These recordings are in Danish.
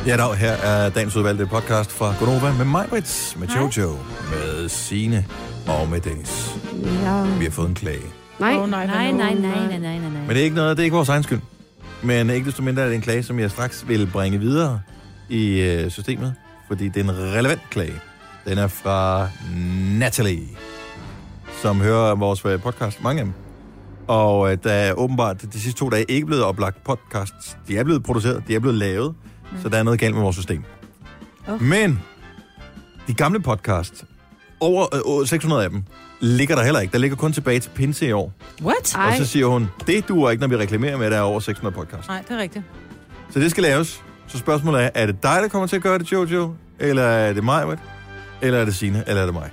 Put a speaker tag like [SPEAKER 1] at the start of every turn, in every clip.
[SPEAKER 1] Ja, dag, her er dagens udvalgte podcast fra Gonova med mig, Brits, med Jojo, med Signe og med Dennis.
[SPEAKER 2] Ja.
[SPEAKER 1] Vi har fået en klage.
[SPEAKER 2] Nej.
[SPEAKER 3] Nej.
[SPEAKER 1] Men det er ikke noget, det er ikke vores egen skyld. Men ikke desto mindre er det en klage, som jeg straks vil bringe videre i systemet, fordi det er en relevant klage. Den er fra Natalie, som hører vores podcast, mange af dem. Og der er åbenbart de sidste 2 dage ikke blevet oplagt podcasts. De er blevet produceret, de er blevet lavet, så der er noget galt med vores system. Men de gamle podcasts, over 600 af dem, ligger der heller ikke. Der ligger kun tilbage til pinse i år.
[SPEAKER 3] What?
[SPEAKER 1] Og så siger hun, det duer ikke, når vi reklamerer med, at der er over 600 podcasts.
[SPEAKER 3] Nej, det er rigtigt.
[SPEAKER 1] Så det skal laves. Så spørgsmålet er det dig, der kommer til at gøre det, Jojo? Eller er det mig, eller er det Signe, eller er det mig?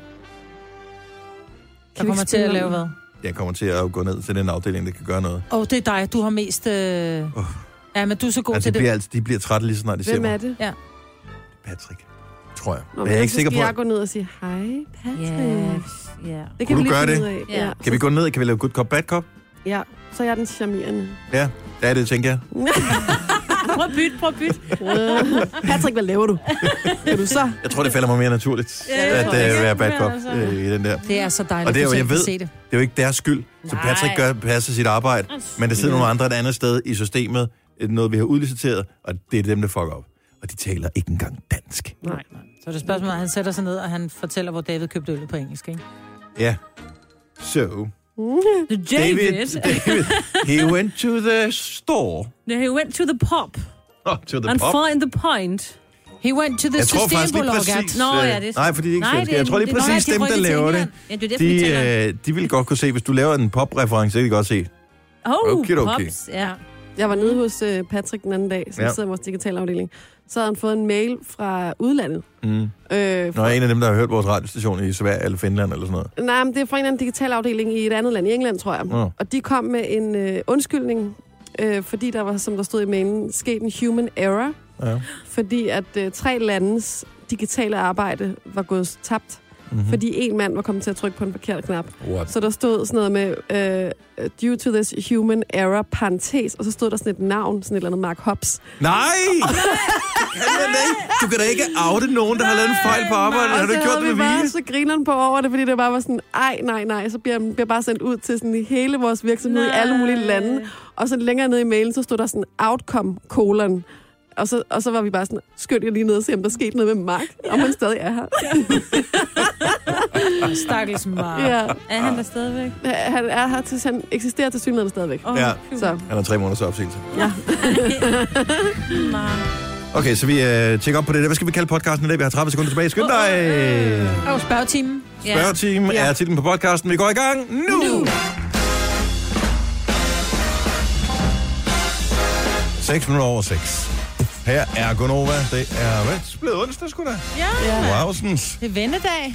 [SPEAKER 3] Der kommer til at lave hvad?
[SPEAKER 1] Jeg kommer til at gå ned til den afdeling, der kan gøre noget.
[SPEAKER 3] Det er dig. Du har mest... Ja, men du er så god til det.
[SPEAKER 1] De bliver trætte lige så snart de ser
[SPEAKER 2] Hvem
[SPEAKER 1] mig.
[SPEAKER 2] er det?
[SPEAKER 3] Ja.
[SPEAKER 1] Patrick, tror jeg.
[SPEAKER 2] Nå,
[SPEAKER 1] men jeg er ikke sikker på...
[SPEAKER 2] Skal jeg gå ned og sige, hej, Patrick?
[SPEAKER 3] Ja.
[SPEAKER 2] Det kan
[SPEAKER 1] Kunne
[SPEAKER 2] vi
[SPEAKER 1] du
[SPEAKER 2] lige
[SPEAKER 1] gøre
[SPEAKER 2] finde
[SPEAKER 1] det?
[SPEAKER 2] ud af.
[SPEAKER 3] Ja.
[SPEAKER 1] Kan vi gå ned? Kan vi lave good cop, bad cop?
[SPEAKER 2] Ja, så er jeg den charmerende.
[SPEAKER 1] Ja, det er det, tænker jeg.
[SPEAKER 3] Prøv at bytte.
[SPEAKER 2] Patrick, hvad laver du? Er du så?
[SPEAKER 1] Jeg tror, det falder mig mere naturligt, at være bad cop i den der.
[SPEAKER 3] Det er så dejligt,
[SPEAKER 1] Og det er jo,
[SPEAKER 3] at
[SPEAKER 1] jeg ved,
[SPEAKER 3] se det.
[SPEAKER 1] det er jo ikke deres skyld. Så
[SPEAKER 3] Nej.
[SPEAKER 1] Patrick passer sit arbejde, men der sidder nogle andre et andet sted i systemet, noget vi har udliciteret, og det er dem, der fucker op. Og de taler ikke engang dansk.
[SPEAKER 2] Nej.
[SPEAKER 3] Så det er spørgsmålet, at han sætter sig ned, og han fortæller, hvor David købte øl på engelsk, ikke?
[SPEAKER 1] Ja. So,
[SPEAKER 3] David,
[SPEAKER 1] he went to the store.
[SPEAKER 4] He went to the pub
[SPEAKER 1] To the
[SPEAKER 4] and
[SPEAKER 1] pub.
[SPEAKER 4] find the point.
[SPEAKER 3] he went to the
[SPEAKER 1] Jeg tror faktisk ikke
[SPEAKER 3] Systembolaget.
[SPEAKER 1] præcis...
[SPEAKER 4] Nå, ja, det er
[SPEAKER 1] nej, fordi det er ikke
[SPEAKER 4] Nej,
[SPEAKER 1] svensk.
[SPEAKER 4] det er-
[SPEAKER 1] Jeg tror lige
[SPEAKER 4] det er-
[SPEAKER 1] præcis
[SPEAKER 3] Nå, ja,
[SPEAKER 1] dem,
[SPEAKER 3] de
[SPEAKER 1] der
[SPEAKER 3] rykker til
[SPEAKER 1] laver det.
[SPEAKER 3] England.
[SPEAKER 4] Ja, det er derfor, vi taler.
[SPEAKER 1] De vil godt kunne se, hvis du laver en pop-reference, så kan de godt se. Okidoki.
[SPEAKER 4] Pops, ja.
[SPEAKER 2] Jeg var nede hos Patrick den anden dag, som
[SPEAKER 1] Ja.
[SPEAKER 2] sidder i vores digitale afdeling. Så havde han fået en mail fra udlandet.
[SPEAKER 1] Mm.
[SPEAKER 2] Fra,
[SPEAKER 1] Nå, en af dem, der har hørt vores radiostation i Sverige eller Finland eller sådan noget.
[SPEAKER 2] nej, men det er fra en anden digital afdeling i et andet land, i England, tror jeg.
[SPEAKER 1] Nå.
[SPEAKER 2] Og de kom med en undskyldning, fordi der var, som der stod i mailen, sket en human error.
[SPEAKER 1] Ja.
[SPEAKER 2] Fordi at 3 landes digitale arbejde var gået tabt.
[SPEAKER 1] Mm-hmm.
[SPEAKER 2] Fordi en mand var kommet til at trykke på en forkert knap.
[SPEAKER 1] What?
[SPEAKER 2] Så der stod sådan noget med, due to this human error, parentes, og så stod der sådan et navn, sådan et eller andet Mark Hobbs.
[SPEAKER 1] Nej! Du kan da ikke oute nogen, der har lavet en fejl på arbejdet. Har du ikke gjort det med
[SPEAKER 2] bare
[SPEAKER 1] vilje?
[SPEAKER 2] så grineren på over det, fordi det bare var sådan, nej, så bliver bare sendt ud til sådan hele vores virksomhed i alle mulige lande. Og så længere ned i mailen, så stod der sådan outcome, colon. Og så var vi bare sådan, skynd jeg lige ned og se, om der skete noget med Mark, om han stadig er her.
[SPEAKER 3] Stakkels Mark.
[SPEAKER 2] Ja.
[SPEAKER 4] Er han der stadigvæk?
[SPEAKER 2] Han er her til, han eksisterer til synligheden stadigvæk.
[SPEAKER 1] Ja,
[SPEAKER 2] Så,
[SPEAKER 1] han har 3 måneders opsigelse.
[SPEAKER 2] ja.
[SPEAKER 1] Okay, så vi tjekker op på det der. Hvad skal vi kalde podcasten i dag? Vi har 30 sekunder tilbage. Skynd dig!
[SPEAKER 3] Og spørgetimen.
[SPEAKER 1] Spørgetime er titlen på podcasten. Vi går i gang nu! 6 minutter over 6. Her er Gonova. Det er blevet onsdag, sgu da.
[SPEAKER 3] Ja.
[SPEAKER 1] Wowsens.
[SPEAKER 3] Det er vennedag.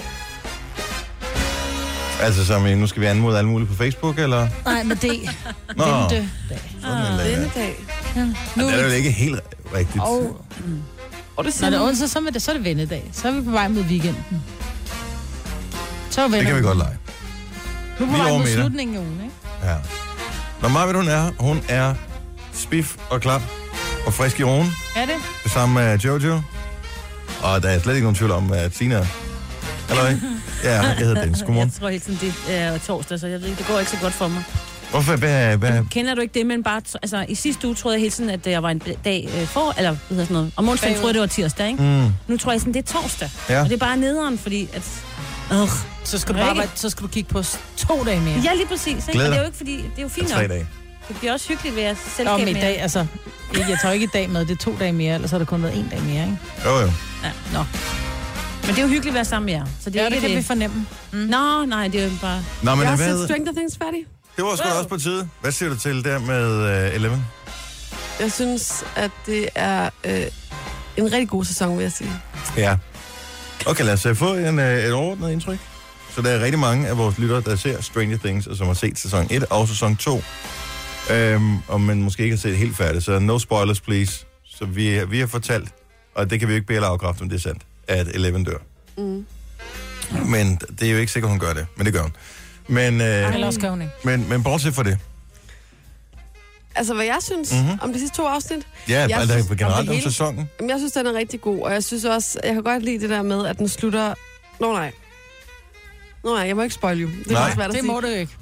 [SPEAKER 1] Altså, som nu skal vi anmode alle mulige på Facebook, eller?
[SPEAKER 3] Nej, men det
[SPEAKER 1] Nå,
[SPEAKER 3] ventedag.
[SPEAKER 2] Denne dag.
[SPEAKER 3] Nu
[SPEAKER 1] det er jo ikke helt rigtigt.
[SPEAKER 2] Og det
[SPEAKER 3] når det er onsdag, så er det vennedag. Så er vi på vej mod weekenden. Så er
[SPEAKER 1] Det kan vi godt lege.
[SPEAKER 3] Nu er vi på
[SPEAKER 1] Lige
[SPEAKER 3] vej
[SPEAKER 1] over
[SPEAKER 3] mod
[SPEAKER 1] middag.
[SPEAKER 3] slutningen af ugen, ikke?
[SPEAKER 1] Ja. Når Marvind hun er spif og klar og frisk i roen.
[SPEAKER 3] Er det?
[SPEAKER 1] Det samme med Jojo. Og der er slet ikke nogen tvivl om, at Sina er. Halløj. Ja, jeg hedder Dennis. Godmorgen.
[SPEAKER 4] Jeg tror helt sådan, det er torsdag, så jeg ved ikke, det går ikke så godt for mig.
[SPEAKER 1] Hvorfor? Hvad?
[SPEAKER 4] Kender du ikke det, men bare... Altså, i sidste uge troede jeg hele tiden, at jeg var en dag eller hvad hedder sådan noget. Om onsdagen troede jeg, det var tirsdag, ikke?
[SPEAKER 1] Mm.
[SPEAKER 4] Nu tror jeg sådan, det er torsdag.
[SPEAKER 1] Ja.
[SPEAKER 4] Og det er bare nederen, fordi at...
[SPEAKER 3] Så skal du bare så skal du kigge på 2 dage mere.
[SPEAKER 4] Ja, lige præcis. Ikke?
[SPEAKER 1] Glæder
[SPEAKER 4] Og det er
[SPEAKER 1] dig.
[SPEAKER 4] jo ikke, fordi... Det er jo fint
[SPEAKER 1] 3
[SPEAKER 4] nok.
[SPEAKER 1] dage.
[SPEAKER 4] Det bliver også hyggeligt ved at
[SPEAKER 3] Om
[SPEAKER 4] selskab
[SPEAKER 3] i
[SPEAKER 4] med.
[SPEAKER 3] dag, altså... Jeg tager ikke i dag med, det er 2 dage mere, ellers har der kun været 1 dag mere, ikke?
[SPEAKER 1] Jo.
[SPEAKER 4] Ja, nå. Men det er jo hyggeligt at være sammen med jer. Så det er
[SPEAKER 3] Ja,
[SPEAKER 4] ikke
[SPEAKER 3] det kan vi fornemme.
[SPEAKER 4] Nå, nej, det er jo bare...
[SPEAKER 1] Nå, men
[SPEAKER 2] Jeg har
[SPEAKER 1] hvad?
[SPEAKER 2] set Stranger Things færdig.
[SPEAKER 1] Det var sgu da også på tide. Hvad siger du til der med 11?
[SPEAKER 2] Jeg synes, at det er en rigtig god sæson, vil jeg sige.
[SPEAKER 1] Ja. Okay, lad os få et overordnet indtryk. Så der er rigtig mange af vores lyttere, der ser Stranger Things, og som har set sæson 1 og sæson 2. Og man måske ikke har set helt færdigt, så no spoilers, please. Så vi har fortalt, og det kan vi jo ikke bede eller afkræfte, om det er sandt, at Eleven dør.
[SPEAKER 2] Mm.
[SPEAKER 1] Men det er jo ikke sikkert, hun gør det, men det gør hun. Men,
[SPEAKER 3] Eller også gør hun ikke.
[SPEAKER 1] men bortset fra det,
[SPEAKER 2] Altså, hvad jeg synes om de sidste 2 afsnit?
[SPEAKER 1] Ja,
[SPEAKER 2] jeg
[SPEAKER 1] altså
[SPEAKER 2] synes,
[SPEAKER 1] generelt om sæsonen.
[SPEAKER 2] Jamen, jeg synes, den er rigtig god, og jeg synes også, jeg kan godt lide det der med, at den slutter... Nå nej, jeg må ikke spoil you. Det er også svært at sige.
[SPEAKER 3] Det må du ikke.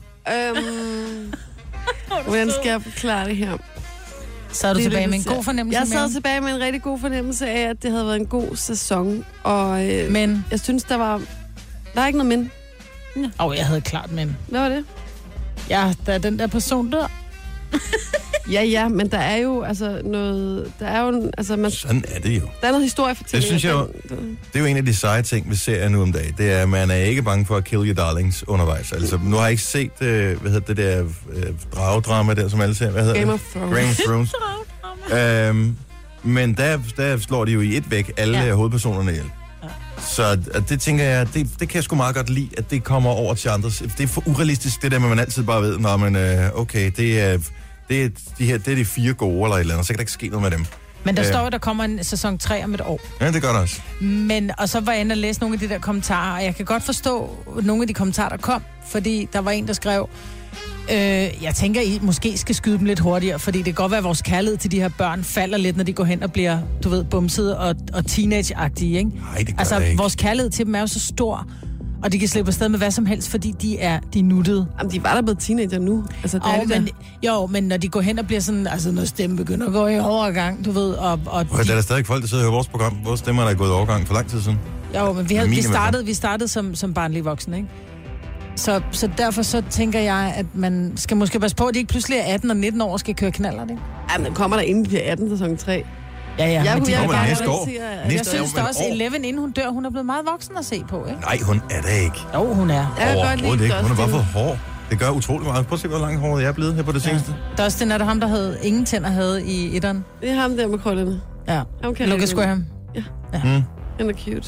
[SPEAKER 2] Hvordan skal jeg forklare det her?
[SPEAKER 3] Så er du tilbage med en god fornemmelse?
[SPEAKER 2] Jeg sad tilbage med en rigtig god fornemmelse af, at det havde været en god sæson. Og
[SPEAKER 3] men?
[SPEAKER 2] Jeg synes, der er ikke noget men.
[SPEAKER 3] Jeg havde klart men.
[SPEAKER 2] Hvad var det?
[SPEAKER 3] Ja, der er den der person dør.
[SPEAKER 2] Ja, men der er jo altså noget... Der er jo... Altså,
[SPEAKER 1] sådan er det jo.
[SPEAKER 2] Der er noget historiefortælling.
[SPEAKER 1] Det synes jeg jo... Det er jo en af de seje ting, vi ser nu om dagen. Det er, at man er ikke bange for at kill your darlings undervejs. Altså, nu har jeg ikke set, det der dragedrama der, som alle ser. Hvad hedder
[SPEAKER 2] Game
[SPEAKER 1] det?
[SPEAKER 2] of Thrones.
[SPEAKER 1] Game of Thrones. Men der slår de jo i et væk alle hovedpersonerne ihjel. Så det tænker jeg, det kan jeg sgu meget godt lide, at det kommer over til andre. Det er for urealistisk, det der med, man altid bare ved, når man, okay, det er de 4 gode eller et eller andet, så kan der ikke ske noget med dem.
[SPEAKER 3] Men der står jo, der kommer en sæson 3 om et år.
[SPEAKER 1] Ja, det gør der også.
[SPEAKER 3] Og så var jeg inde og læse nogle af de der kommentarer, og jeg kan godt forstå nogle af de kommentarer, der kom, fordi der var en, der skrev, jeg tænker, I måske skal skyde dem lidt hurtigere, fordi det kan godt være, at vores kærlighed til de her børn falder lidt, når de går hen og bliver, du ved, bumset og teenage-agtige, ikke?
[SPEAKER 1] Nej, det gør
[SPEAKER 3] altså,
[SPEAKER 1] ikke.
[SPEAKER 3] Vores kærlighed til dem er jo så stor, og de kan slippe afsted med hvad som helst, fordi de er nuttede.
[SPEAKER 2] Jamen, de var der blevet teenager nu. Altså,
[SPEAKER 3] men når de går hen og bliver sådan, altså når stemmen begynder at gå i overgang, du ved, og
[SPEAKER 1] der er der stadig folk, der sidder og hører vores program. Vores stemmer er gået i overgang for lang tid siden.
[SPEAKER 3] Jo, men vi startede som barnlige voksne, ikke? Så derfor så tænker jeg, at man skal måske passe på, at de ikke pludselig er 18 og 19 år og skal køre knaller, ikke?
[SPEAKER 2] Jamen, den kommer der inden de bliver 18, sæson 3.
[SPEAKER 3] Ja, men
[SPEAKER 1] næste år.
[SPEAKER 3] Jeg synes da også, Eleven, inden hun dør, hun er blevet meget voksen at se på, ikke?
[SPEAKER 1] Nej, hun er da ikke.
[SPEAKER 3] Jo, hun er.
[SPEAKER 1] Overhovedet ikke. Hun er bare for hård. Det gør utrolig meget. Prøv at se, hvor langt håret jeg er blevet her på det seneste.
[SPEAKER 3] Dustin, er det ham, der havde ingen tænder havde i etteren?
[SPEAKER 2] Det er ham der med krøllerne.
[SPEAKER 3] Ja.
[SPEAKER 2] Okay,
[SPEAKER 3] Lucas Graham.
[SPEAKER 2] Ja. Han er cute.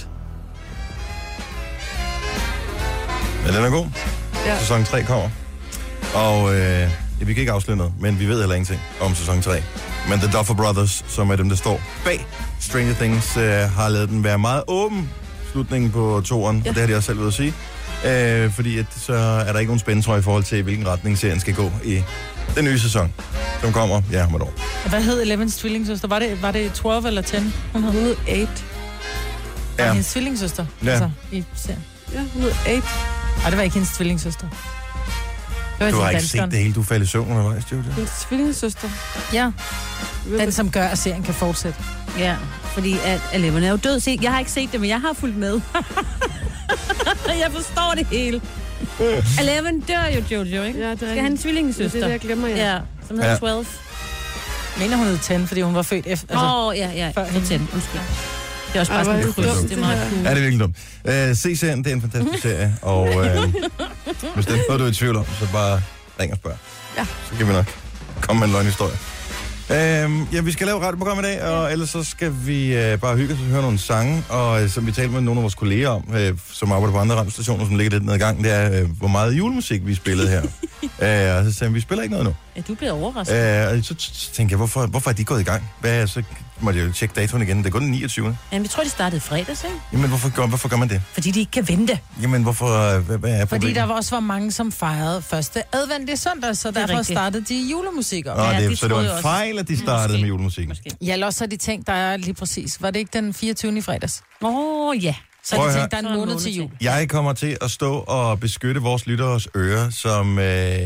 [SPEAKER 1] Ja, den er god.
[SPEAKER 2] Ja.
[SPEAKER 1] Sæson 3 kommer. Og vi kan ikke afsløre noget, men vi ved heller ingenting om sæson 3. Men The Duffer Brothers, som er dem, der står bag Stranger Things, har lavet den være meget åben, slutningen på 2'eren, og det har de også selv ved at sige. Fordi at, så er der ikke nogen spændetrøje i forhold til, hvilken retning serien skal gå i den nye sæson, som kommer om et år.
[SPEAKER 3] Hvad hed Elevens tvillingsøster? Var det 12 eller 10?
[SPEAKER 2] Hun hed 8.
[SPEAKER 3] Ja. Hendes tvillingsøster?
[SPEAKER 1] Ja.
[SPEAKER 3] Altså, i serien.
[SPEAKER 2] Ja, hun hed 8.
[SPEAKER 3] Ej, det var ikke hendes tvillingsøster.
[SPEAKER 1] Du har ikke set det hele, du faldt i søvn undervejs, Jojo.
[SPEAKER 2] Hendes tvillingsøster.
[SPEAKER 3] Ja. Den, som gør, at serien kan fortsætte.
[SPEAKER 4] Ja, fordi at Eleven er jo død. Se, jeg har ikke set det, men jeg har fulgt med. Jeg forstår det hele. Eleven dør jo, Jojo, ikke?
[SPEAKER 2] Ja, det er
[SPEAKER 4] skal have en tvillingesøster.
[SPEAKER 2] Det er det, jeg glemmer,
[SPEAKER 4] ja. Som hedder 12.
[SPEAKER 3] Mener hun hed 10, fordi hun var født efter.
[SPEAKER 4] Ja. Før 10. Undskyld. Det er også bare sådan en kryds. Det er meget cool.
[SPEAKER 1] Ja, det er virkelig dumt. Se serien, det er en fantastisk serie. Og hvis det er noget, du er i tvivl om, så bare ring og spørg.
[SPEAKER 2] Ja.
[SPEAKER 1] Så kan vi nok komme med en løgnhistorie. Vi skal lave et radioprogram i dag, og ellers så skal vi bare hygge os og høre nogle sange, og som vi talte med nogle af vores kolleger om, som arbejder på andre radiostationer, som ligger lidt ned ad gangen, det er, hvor meget julemusik vi spillede her. Og så sagde vi spiller ikke noget nu.
[SPEAKER 4] Ja, du bliver overrasket.
[SPEAKER 1] Og så tænkte jeg, hvorfor er de gået i gang? Så måtte jeg jo tjekke datoen igen. Det er kun den 29.
[SPEAKER 4] Jamen, vi tror, de startede fredags, ikke?
[SPEAKER 1] Jamen, hvorfor gør man det?
[SPEAKER 4] Fordi de ikke kan vente.
[SPEAKER 1] Jamen, hvorfor? Hvad er problemet?
[SPEAKER 3] Fordi der også var mange, som fejrede første advent i søndag, så derfor startede de julemusik op.
[SPEAKER 1] Så det var en fejl, at de startede med julemusikken.
[SPEAKER 3] Ja, eller også har de tænkt, der er lige præcis. Var det ikke den 24. i fredags?
[SPEAKER 4] Ja.
[SPEAKER 3] Så de tænkte, der er en måned til jul.
[SPEAKER 1] Jeg kommer til at stå og beskytte vores lytteres ører som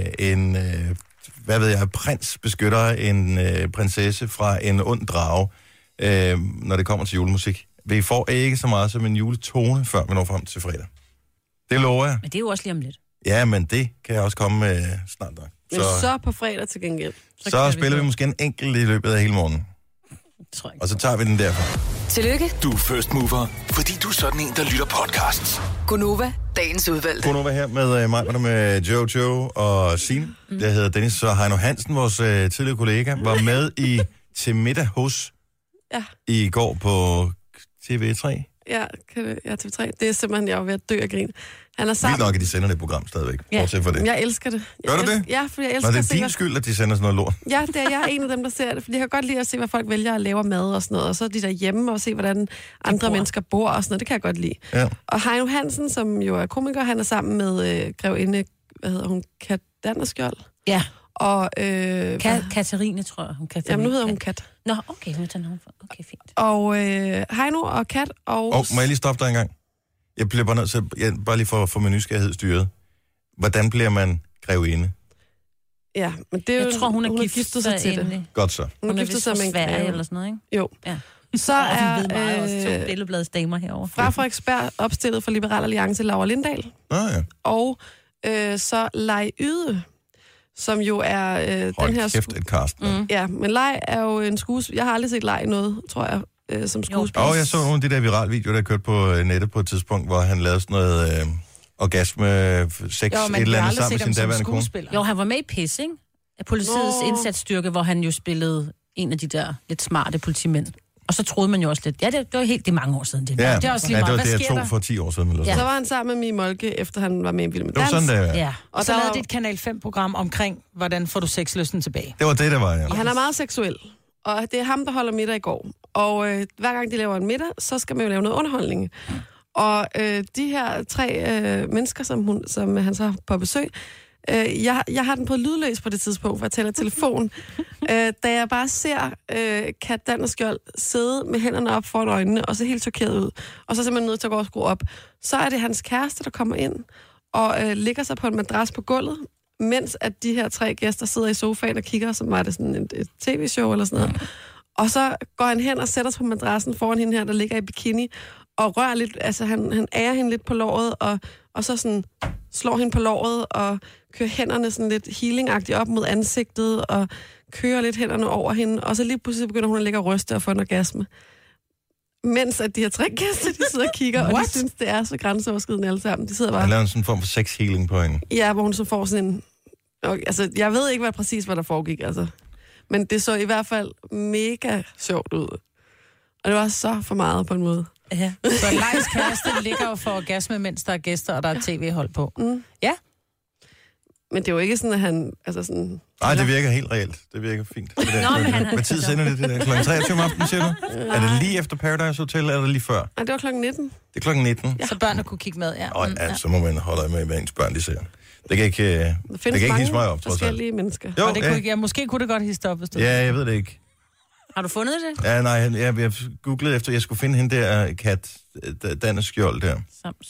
[SPEAKER 1] prins beskytter en prinsesse fra en ond drage, når det kommer til julemusik. Vi får ikke så meget som en juletone, før vi når frem til fredag. Det lover jeg.
[SPEAKER 4] Men det er jo også lige om lidt.
[SPEAKER 1] Ja, men det kan jeg også komme med snart nok.
[SPEAKER 2] Så på fredag til gengæld.
[SPEAKER 1] Så spiller vi måske en enkelt i løbet af hele morgenen. Og så tager vi den derfra.
[SPEAKER 5] Tillykke.
[SPEAKER 6] Du er first mover, fordi du er sådan en, der lytter podcasts.
[SPEAKER 5] Gunova, dagens udvalgte.
[SPEAKER 1] Gunova her med mig, med Jojo og Signe. Jeg hedder Dennis, og Heino Hansen, vores tidligere kollega, var med til middag hos i går på TV3.
[SPEAKER 2] Ja, TV3. Det er simpelthen, jeg var ved at dø af grin. Han er sammen.
[SPEAKER 1] Vildt nok, at de sender det program stadigvæk. Bortset for det.
[SPEAKER 2] Jeg elsker det.
[SPEAKER 1] Gør du det?
[SPEAKER 2] Ja, fordi jeg elsker
[SPEAKER 1] det er din skyld, at de sender sådan noget lort.
[SPEAKER 2] Ja, jeg er en af dem, der ser det. Fordi jeg kan godt lide at se, hvad folk vælger at lave mad og sådan noget. Og så er de derhjemme og se, hvordan andre mennesker bor og sådan noget. Det kan jeg godt lide.
[SPEAKER 1] Ja.
[SPEAKER 2] Og Heino Hansen, som jo er komiker, han er sammen med grevinde, Kat Dannerskjold.
[SPEAKER 3] Ja.
[SPEAKER 2] Og,
[SPEAKER 4] Katarine, tror jeg.
[SPEAKER 2] Jamen, nu hedder hun Kat.
[SPEAKER 4] Nå, okay, hun tager navn for. Okay, fint.
[SPEAKER 2] Og Heino og Kat og...
[SPEAKER 1] Må jeg lige stoppe dig en gang? Jeg bliver bare nødt til, bare lige for at få min nysgerrighed styret. Hvordan bliver man grevinde?
[SPEAKER 2] Ja, men det er
[SPEAKER 4] jeg tror, hun er
[SPEAKER 2] giftet sig til det.
[SPEAKER 1] Godt så.
[SPEAKER 4] Hun er
[SPEAKER 2] giftet sig med en
[SPEAKER 4] Sverige eller sådan noget, ikke?
[SPEAKER 2] Jo.
[SPEAKER 4] Ja.
[SPEAKER 2] Så er
[SPEAKER 4] vi ved meget også 2 billedbladsdamer herovre.
[SPEAKER 2] fra Frederiksberg opstillet for Liberal Alliance Laura Lindahl.
[SPEAKER 1] Ja.
[SPEAKER 2] Og så Lej Yde, som jo er den her...
[SPEAKER 1] kæft et cast.
[SPEAKER 2] Ja, men Lej er jo en skuespiller. Jeg har aldrig set Lej noget, tror jeg, som skuespiller.
[SPEAKER 1] Jeg så nogle af de der viral videoer, der kørte på nettet på et tidspunkt, hvor han lavede sådan noget orgasme, sex, et eller andet sammen med sin daværende kone.
[SPEAKER 4] Jo, han var med i PIS, ikke? Politiets indsatsstyrke, hvor han jo spillede en af de der lidt smarte politimænd. Og så troede man jo også lidt, det var helt det mange år siden. Det er også lige meget.
[SPEAKER 1] Det var DR2 for 10 år siden. Eller
[SPEAKER 2] så var han sammen med Mie Molke, efter han var med i Vild med
[SPEAKER 1] Dans. Det var sådan,
[SPEAKER 3] ja. Og så lavede de et Kanal 5-program omkring, hvordan får du sexlysten tilbage.
[SPEAKER 1] Det var det, der var, ja.
[SPEAKER 2] Og han er meget seksuel. Og det er ham, der holder middag i går. Og hver gang de laver en middag, så skal man jo lave noget underholdning. Og de her 3 mennesker, som han så har på besøg, jeg har den på lydløs på det tidspunkt, hvor jeg taler telefon. Da jeg bare ser Kat Dannerskjold sidde med hænderne op foran øjnene, og så helt chokeret ud, og så simpelthen nødt til at gå og skrue op, så er det hans kæreste, der kommer ind og ligger sig på en madras på gulvet, mens at de her 3 gæster sidder i sofaen og kigger, som var det sådan et tv-show eller sådan noget. Og så går han hen og sætter sig på madrassen foran hende her, der ligger i bikini, og rører lidt, altså han ærer hende lidt på låret, og så sådan slår hende på låret, og kører hænderne sådan lidt healing-agtigt op mod ansigtet, og kører lidt hænderne over hende, og så lige pludselig begynder hun at ligge og ryste og få en orgasme. Mens at de her 3 gæster, de sidder og kigger, og de synes, det er så grænseoverskridende alle sammen. De sidder bare...
[SPEAKER 1] Han laver sådan en form for sex-healing på hende.
[SPEAKER 2] Ja, hvor hun så får sådan en... Altså, jeg ved ikke præcis, hvad der foregik, altså. Men det så i hvert fald mega sjovt ud. Og det var så for meget på en måde.
[SPEAKER 3] Ja. Så Lejs kæreste ligger jo for orgasme, mens der er gæster, og der er tv-hold på. Ja.
[SPEAKER 2] Men det er jo ikke sådan, at han... Altså sådan,
[SPEAKER 1] nej, det virker helt reelt. Det virker fint. Det der.
[SPEAKER 4] Nå, men han
[SPEAKER 1] hvad tid sender det der? Klokken 23 om aftenen, siger du? Er det lige efter Paradise Hotel, eller er det lige før?
[SPEAKER 2] Nej, det var klokken 19.
[SPEAKER 1] Det er klokken 19?
[SPEAKER 3] Ja. Så børnene kunne kigge med, ja.
[SPEAKER 1] Så må man holde øje med, hvad ens børn de ser. Det kan ikke, det kan ikke hisse mig op, trods alt.
[SPEAKER 2] Forskellige mennesker.
[SPEAKER 3] Jo, og det kunne, måske kunne det godt hisse op, hvis du...
[SPEAKER 1] Ja, jeg ved det ikke.
[SPEAKER 4] Har du fundet det?
[SPEAKER 1] Ja, nej, jeg googlede efter, jeg skulle finde hende der, Kat Dannerskjold der.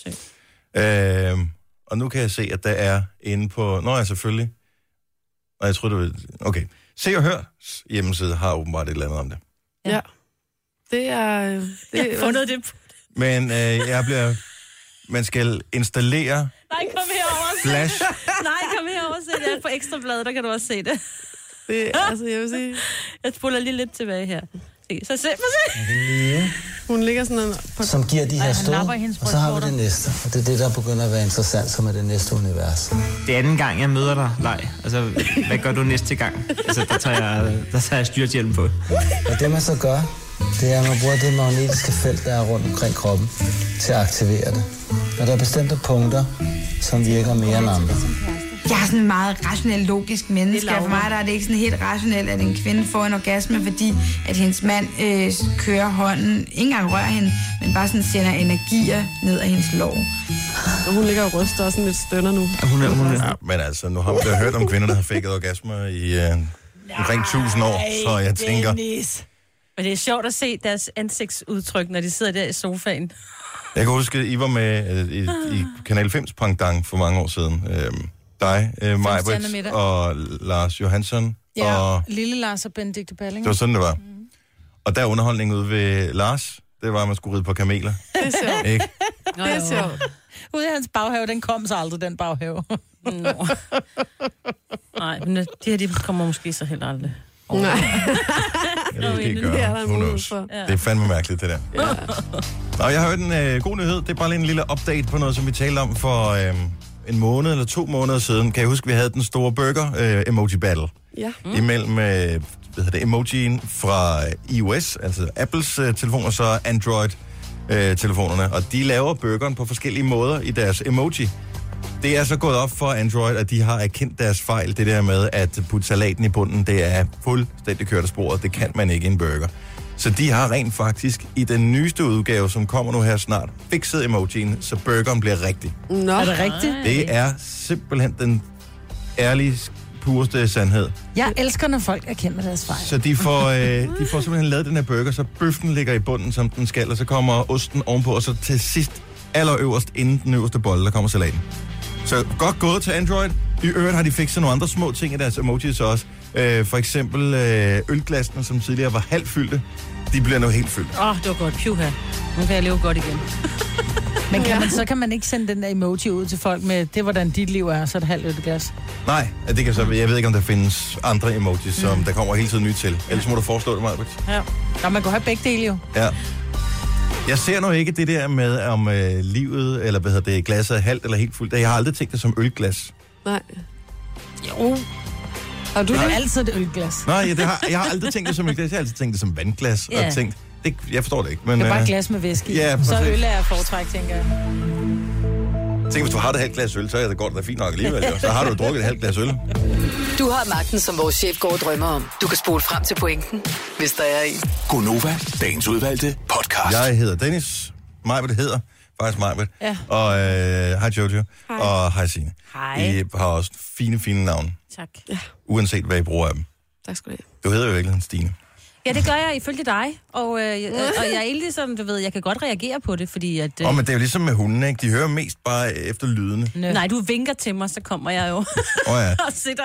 [SPEAKER 4] Samsø.
[SPEAKER 1] Og nu kan jeg se, at der er inde på... Nå ja, selvfølgelig. Og jeg tror, det var... Okay. Se og Hør hjemmeside har åbenbart et eller andet om det.
[SPEAKER 2] Ja. Det er...
[SPEAKER 4] Jeg har fundet det.
[SPEAKER 1] Men jeg bliver... Man skal installere...
[SPEAKER 4] Nej, kom herover.
[SPEAKER 1] Flash.
[SPEAKER 4] Nej, kom herover og se det. Jeg er på Ekstrabladet, der kan du også se det.
[SPEAKER 2] Det, altså, jeg vil sige...
[SPEAKER 4] Jeg spoler lige lidt tilbage her. Se.
[SPEAKER 2] Hun ligger sådan på...
[SPEAKER 7] Som giver de her stød, og så har vi det næste. Og det er det, der begynder at være interessant, som er det næste univers.
[SPEAKER 8] Det er anden gang, jeg møder dig, Lej. Altså, hvad gør du næste gang? Altså, der tager jeg styrthjelm på.
[SPEAKER 7] Og det, man så gør, det er, at man bruger det magnetiske felt, der er rundt omkring kroppen, til at aktivere det. Og der er bestemte punkter, som virker mere end andre.
[SPEAKER 9] Jeg er sådan en meget rationel, logisk menneske. For mig der er det ikke sådan helt rationelt, at en kvinde får en orgasme, fordi at hendes mand kører hånden, ikke engang rører hende, men bare sådan sender energier ned af hendes lår.
[SPEAKER 2] Og hun ligger og ryster og sådan lidt stønner nu.
[SPEAKER 1] Ja, men altså, nu har vi da hørt om kvinder, der har faked orgasmer i omkring 1000 år, så jeg tænker...
[SPEAKER 4] Men det er sjovt at se deres ansigtsudtryk, når de sidder der i sofaen.
[SPEAKER 1] Jeg kan huske, I var med i Kanal 5's pendant for mange år siden. Dig, Majbrit og Lars Johansson.
[SPEAKER 3] Ja,
[SPEAKER 1] og
[SPEAKER 3] lille Lars og Benedikte Balling.
[SPEAKER 1] Det var sådan, det var. Og der underholdning ude ved Lars, det var, at man skulle ride på kameler.
[SPEAKER 2] Det er sjovt.
[SPEAKER 1] Ikke?
[SPEAKER 2] Det er sjovt.
[SPEAKER 3] Ude i hans baghave, den kom så aldrig, den baghave.
[SPEAKER 4] Nej, men det her, de kommer måske så heller aldrig.
[SPEAKER 2] Nej.
[SPEAKER 1] Jeg ved ikke, det er fandme mærkeligt, det der. Ja. Nå, jeg har hørt en god nyhed. Det er bare lige en lille update på noget, som vi talte om for en måned eller 2 måneder siden. Kan jeg huske, vi havde den store burger emoji battle.
[SPEAKER 2] Ja.
[SPEAKER 1] Imellem emojien fra iOS, altså Apples telefoner, og så Android-telefonerne. Og de laver burgeren på forskellige måder i deres emoji. Det er så gået op for Android, at de har erkendt deres fejl. Det der med at putte salaten i bunden, det er fuldstændig kørt af sporet. Det kan man ikke i en burger. Så de har rent faktisk i den nyeste udgave, som kommer nu her snart, fikset emojien, så burgeren bliver rigtig.
[SPEAKER 2] Nå.
[SPEAKER 3] Er det rigtigt?
[SPEAKER 1] Det er simpelthen den ærlige pureste sandhed.
[SPEAKER 3] Jeg elsker, når folk erkender deres fejl.
[SPEAKER 1] Så de får simpelthen lavet den her burger, så bøffen ligger i bunden, som den skal, og så kommer osten ovenpå, og så til sidst allerøverst, inden den øverste bolle, der kommer salaten. Så godt gået til Android. I øvrigt har de fikset nogle andre små ting i deres emojis også. For eksempel ølglassene, som tidligere var halvfyldte. De bliver nu helt fyldt.
[SPEAKER 4] Det var godt. Pjuha. Nu kan jeg leve godt igen.
[SPEAKER 3] Men så kan man ikke sende den der emoji ud til folk med, det hvordan dit liv er, så er det halvt ølglas.
[SPEAKER 1] Nej, det kan så, jeg ved ikke, om der findes andre emojis, som der kommer hele tiden nyt til. Ellers må du foreslå det, Maj-Brit.
[SPEAKER 3] Ja. Nå, man kan have begge dele jo.
[SPEAKER 1] Ja. Jeg ser nu ikke det der med, om livet, eller glasset er halvt eller helt fuldt. Jeg har aldrig tænkt det som ølglas.
[SPEAKER 2] Nej.
[SPEAKER 3] Jo.
[SPEAKER 2] Har du
[SPEAKER 3] det?
[SPEAKER 2] Det
[SPEAKER 3] er altid et ølglas.
[SPEAKER 1] Nej, jeg har aldrig tænkt det som ølglas. Jeg har altid tænkt det som vandglas. Og tænkt, jeg forstår det ikke. Men,
[SPEAKER 3] det er bare glas med væske i.
[SPEAKER 1] Ja,
[SPEAKER 3] så øl er foretræk, tænker jeg.
[SPEAKER 1] Tænk, hvis du har et halvt glas øl, så er det godt, det er fint nok alligevel. Jo. Så har du drukket et halvt glas øl.
[SPEAKER 5] Du har magten, som vores chef går og drømmer om. Du kan spole frem til pointen, hvis der er en.
[SPEAKER 6] Gonova, dagens udvalgte podcast.
[SPEAKER 1] Jeg hedder Dennis. Maj-Brit hedder faktisk Maj-Brit.
[SPEAKER 3] Ja.
[SPEAKER 1] Og hej Jojo.
[SPEAKER 2] Hej.
[SPEAKER 1] Og hej Signe.
[SPEAKER 4] Hej.
[SPEAKER 1] I har også fine navne.
[SPEAKER 4] Tak.
[SPEAKER 2] Ja.
[SPEAKER 1] Uanset hvad I bruger af dem.
[SPEAKER 2] Tak skal du have.
[SPEAKER 1] Du hedder jo virkelig Stine.
[SPEAKER 4] Ja, det gør jeg ifølge dig. Og jeg er egentlig sådan, du ved, jeg kan godt reagere på det, fordi at...
[SPEAKER 1] Men det er jo ligesom med hundene, ikke? De hører mest bare efter lydene.
[SPEAKER 4] Nej, du vinker til mig, så kommer jeg jo
[SPEAKER 1] Ja.
[SPEAKER 4] og sidder.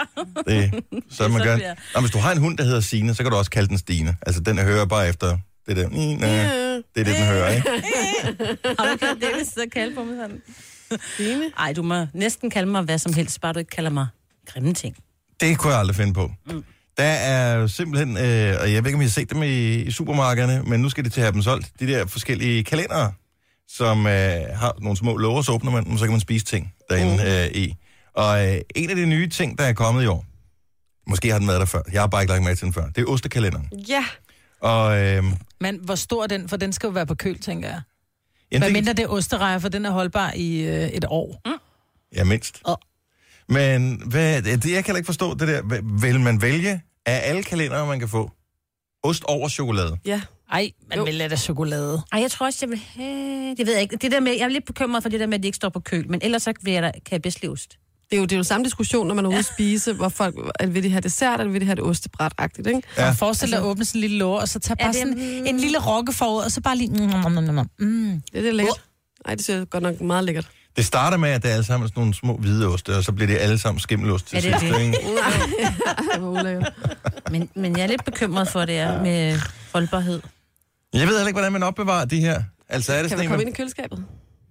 [SPEAKER 1] Så man gør.
[SPEAKER 4] bliver.
[SPEAKER 1] Hvis du har en hund, der hedder Signe, så kan du også kalde den Stine. Altså, den hører bare efter det der. Det er det, den hører, ikke?
[SPEAKER 4] Har du kaldt det, så kalde på mig sådan?
[SPEAKER 2] Stine?
[SPEAKER 4] Ej, du må næsten kalde mig hvad som helst, bare du ikke kalder mig grimme ting.
[SPEAKER 1] Det kunne jeg aldrig finde på. Der er jo simpelthen, og jeg ved ikke, om I har set dem i supermarkederne, men nu skal de til at have dem solgt. De der forskellige kalendere, som har nogle små låger, så åbner man dem, så kan man spise ting derinde i. Og en af de nye ting, der er kommet i år, måske har den været der før, jeg har bare ikke lagt med til den før, det er ostekalenderen.
[SPEAKER 2] Ja.
[SPEAKER 1] Og,
[SPEAKER 3] men hvor stor er den? For den skal jo være på køl, tænker jeg.
[SPEAKER 1] Hvad
[SPEAKER 3] mindre det er osterejer, for den er holdbar i et år.
[SPEAKER 1] Ja, mindst. Men jeg kan heller ikke forstå det der. Vil man vælge af alle kalendere, man kan få? Ost over chokolade?
[SPEAKER 2] Ja.
[SPEAKER 3] Ej, man vælger da chokolade.
[SPEAKER 4] Ej, jeg tror også, jeg vil have... Det ved jeg ikke. Det der med, jeg er lidt bekymret for det der med, at de ikke står på køl, men ellers så kan jeg bedst lide ost.
[SPEAKER 2] Det er jo samme diskussion, når man er ude at spise, hvor folk, vil de have dessert, eller vil de have det ostebræt-agtigt, ikke?
[SPEAKER 1] Ja.
[SPEAKER 3] Og forestil dig at åbne sådan en lille låge, og så tage bare sådan en lille rokkeforud, og så bare lige...
[SPEAKER 2] Det er lækkert. Ej, det ser godt nok meget lækkert.
[SPEAKER 1] Det starter med, at det er alle sammen sådan nogle små hvide oste, og så bliver det alle sammen skimmelost til sidst.
[SPEAKER 4] Det.
[SPEAKER 1] Ikke?
[SPEAKER 2] Det var ulækkert.
[SPEAKER 4] Men jeg er lidt bekymret for det er med holdbarhed.
[SPEAKER 1] Jeg ved heller ikke, hvordan man opbevarer de her. Altså, er det
[SPEAKER 2] kan man komme ind i køleskabet?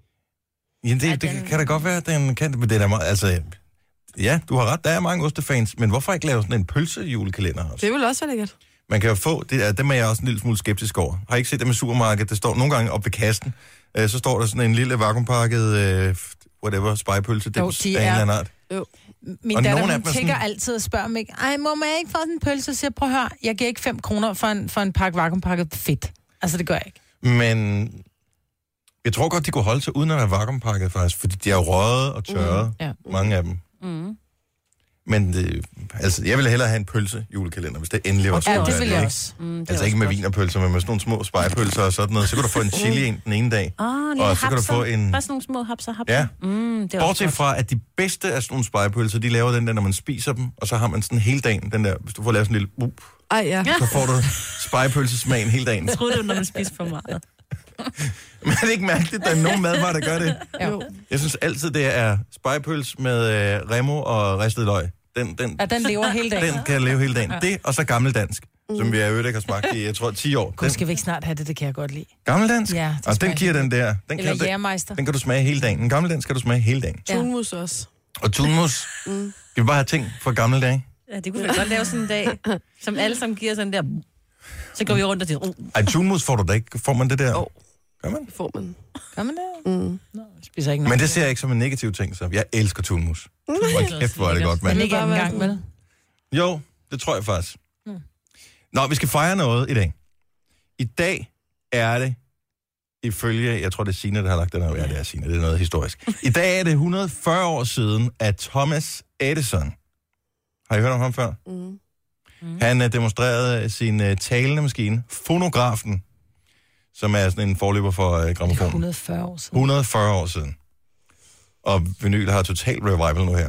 [SPEAKER 1] Ja, det kan da godt være, at den kan. Men det er da meget, altså, ja, du har ret, der er mange ostefans, men hvorfor ikke lave sådan en pølsejulekalender også?
[SPEAKER 2] Det vil også være lækkert.
[SPEAKER 1] Man kan jo få, dem er jeg også en lille smule skeptisk over. Har I ikke set det med supermarkedet? Det står nogle gange op ved kassen, så står der sådan en lille vakuumpakket, spejepølse.
[SPEAKER 3] Jo, de er...
[SPEAKER 1] Art.
[SPEAKER 2] Jo.
[SPEAKER 3] Min datter, hun tænker altid og spørger mig, ej, må man ikke få sådan en pølse? Så siger, prøv at høre, jeg giver ikke 5 kroner for en pakke vakuumpakket fedt. Altså, det gør jeg ikke.
[SPEAKER 1] Men jeg tror godt, de kunne holde sig uden at være vakuumpakket, faktisk, fordi de er røget og tørret, mange af dem. Men jeg ville hellere have en pølse julekalender, hvis det endelig var sådan.
[SPEAKER 3] Ja, det vil jeg også.
[SPEAKER 1] Altså ikke med vinerpølser, men med sådan nogle små spejepølser og sådan noget. Så kan du få en chili ind den ene dag, og så kan du få en...
[SPEAKER 4] Bare sådan nogle små hapser.
[SPEAKER 1] Ja.
[SPEAKER 4] Det
[SPEAKER 1] bortset fra, at de bedste af sådan nogle spejepølser, de laver den der, når man spiser dem, og så har man sådan hele dagen, den der, hvis du får lavet sådan en lille... Så får du spejepølsesmagen hele dagen.
[SPEAKER 4] Jeg troede, det var, når man spiser for meget.
[SPEAKER 1] Men er det ikke mærkeligt, at der er nogen madvarer, der gør det?
[SPEAKER 2] Jo.
[SPEAKER 1] Jeg synes altid, det er spejepøls med remo og ristet løg. Den
[SPEAKER 3] lever hele dagen.
[SPEAKER 1] Den kan leve hele dagen. Ja. Det, og så gammeldansk, som vi har øvrigt ikke har smagt i, jeg tror, 10 år.
[SPEAKER 3] Skal vi ikke snart have det? Det kan jeg godt lide.
[SPEAKER 1] Gammeldansk?
[SPEAKER 3] Ja.
[SPEAKER 1] Og den giver den der.
[SPEAKER 3] Eller jægermeister.
[SPEAKER 1] Den kan du smage hele dagen. En gammeldansk kan du smage hele dagen.
[SPEAKER 2] Ja. Tunmus også.
[SPEAKER 1] Og tunmus? Skal vi bare have ting fra gamle dage?
[SPEAKER 4] Ja, det kunne vi godt lave sådan en dag, som alle sammen giver sådan der... Så går vi rundt og siger...
[SPEAKER 1] Ej, tunmus får du da ikke. Får man det der? Gør man?
[SPEAKER 2] Det får man.
[SPEAKER 3] Gør man det? Nå, spiser ikke noget.
[SPEAKER 1] Men det ser jeg ikke som en negativ ting, så jeg elsker tunmus. Hvor kæft, hvor er det godt, mand.
[SPEAKER 3] Men ikke anden gang, vel?
[SPEAKER 1] Jo, det tror jeg faktisk. Nå, vi skal fejre noget i dag. I dag er det, ifølge, jeg tror det er Signe, der har lagt den her. Ja, det er Signe, det er noget historisk. I dag er det 140 år siden, at Thomas Edison, har I hørt om ham før? Han demonstrerede sin talende maskine, fonografen, som er sådan en forløber for grammofon.
[SPEAKER 3] 140 år siden.
[SPEAKER 1] 140 år siden. Og vinyl har total revival nu her.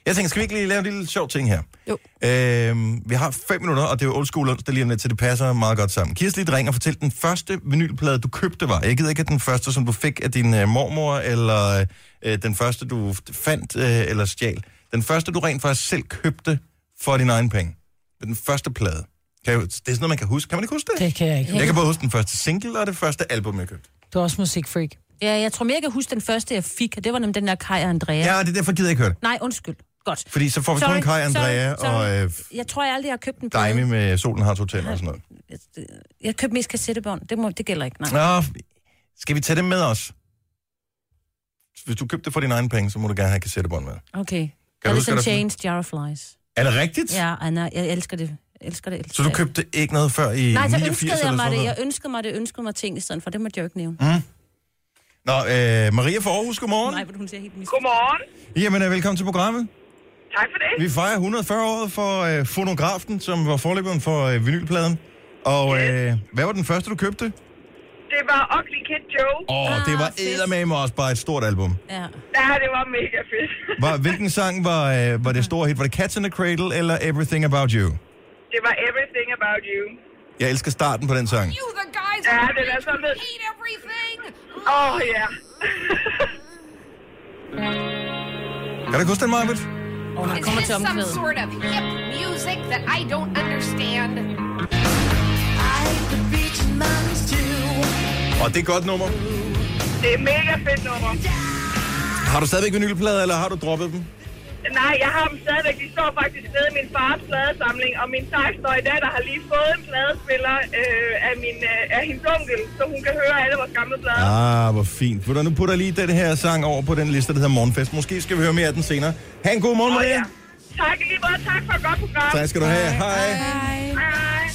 [SPEAKER 1] Jeg tænker, skal vi ikke lige lave en lille sjov ting her?
[SPEAKER 2] Jo.
[SPEAKER 1] Vi har 5 minutter, og det er jo old school onsdag lige om lidt, så det passer meget godt sammen. Kirsten, lige ring og fortæl, den første vinylplade, du købte var. Jeg gider ikke, at den første, som du fik af din mormor, eller den første, du fandt eller stjal. Den første, du rent faktisk selv købte for din egen penge. Den første plade. Det er sådan noget, man kan huske. Kan man ikke huske det?
[SPEAKER 3] Det kan jeg ikke.
[SPEAKER 1] Jeg kan både huske den første single og det første album, jeg købte.
[SPEAKER 3] Du er også musikfreak.
[SPEAKER 4] Ja, jeg tror mere, jeg kan huske den første, jeg fik, og det var nemlig den der Kai og Andrea.
[SPEAKER 1] Ja, det er derfor, gider jeg ikke høre det.
[SPEAKER 4] Nej, undskyld. Godt.
[SPEAKER 1] Fordi så får vi kun Kai, Andrea og
[SPEAKER 4] jeg tror, jeg aldrig har købt en
[SPEAKER 1] Daimi med Solen har hotel og sådan noget.
[SPEAKER 4] Jeg købte mest kassettebånd. Det gælder ikke, nej.
[SPEAKER 1] Nå, skal vi tage dem med os? Hvis du købte det for dine egne penge, så må du gerne have kassettebånd med.
[SPEAKER 4] Okay. Alice in Chains, Jar of Flies.
[SPEAKER 1] Er det rigtigt?
[SPEAKER 4] Ja, Anna, jeg elsker det.
[SPEAKER 1] Så du købte ikke noget før i 89
[SPEAKER 4] nej, så
[SPEAKER 1] eller
[SPEAKER 4] ønskede
[SPEAKER 1] sådan
[SPEAKER 4] jeg mig
[SPEAKER 1] noget?
[SPEAKER 4] det. Jeg ønskede mig ting i stedet for. Det måtte jeg jo ikke nævne.
[SPEAKER 1] Nå, Maria fra Aarhus, godmorgen.
[SPEAKER 4] Nej, hun ser helt
[SPEAKER 10] Godmorgen.
[SPEAKER 1] Jamen, velkommen til programmet.
[SPEAKER 10] Tak for det.
[SPEAKER 1] Vi fejrer 140 år for fonografen, som var forløberen for vinylpladen. Og hvad var den første, du købte?
[SPEAKER 10] Det var Ugly Kid Joe.
[SPEAKER 1] Det var eddermame også bare et stort album.
[SPEAKER 10] Ja, det var mega fedt.
[SPEAKER 1] Hvilken sang var det store hit? Var det Cats in the Cradle eller Everything About You?
[SPEAKER 10] Det var Everything About You.
[SPEAKER 1] Jeg elsker starten på den sang.
[SPEAKER 10] You the guys det er sådan lidt. Hate everything. Ja.
[SPEAKER 1] Kan du ikke huske den, Marvitt?
[SPEAKER 10] Is this some sort of hip music that I don't understand?
[SPEAKER 1] Og det er et godt nummer.
[SPEAKER 10] Det er mega fedt nummer.
[SPEAKER 1] Har du stadigvæk vinylplader, eller har du droppet dem?
[SPEAKER 10] Nej, jeg har dem stadigvæk. De står faktisk nede i min fars pladesamling, og min 16-årige datter har lige fået en pladespiller af hendes onkel, så hun kan høre alle vores gamle plader.
[SPEAKER 1] Hvor fint. Nu putter jeg lige den her sang over på den liste, der hedder Morgenfest. Måske skal vi høre mere af den senere. Ha' en god morgen, Maria.
[SPEAKER 10] Ja. Tak lige meget. Tak for et godt program.
[SPEAKER 1] Tak skal du have. Hej.
[SPEAKER 10] Hej.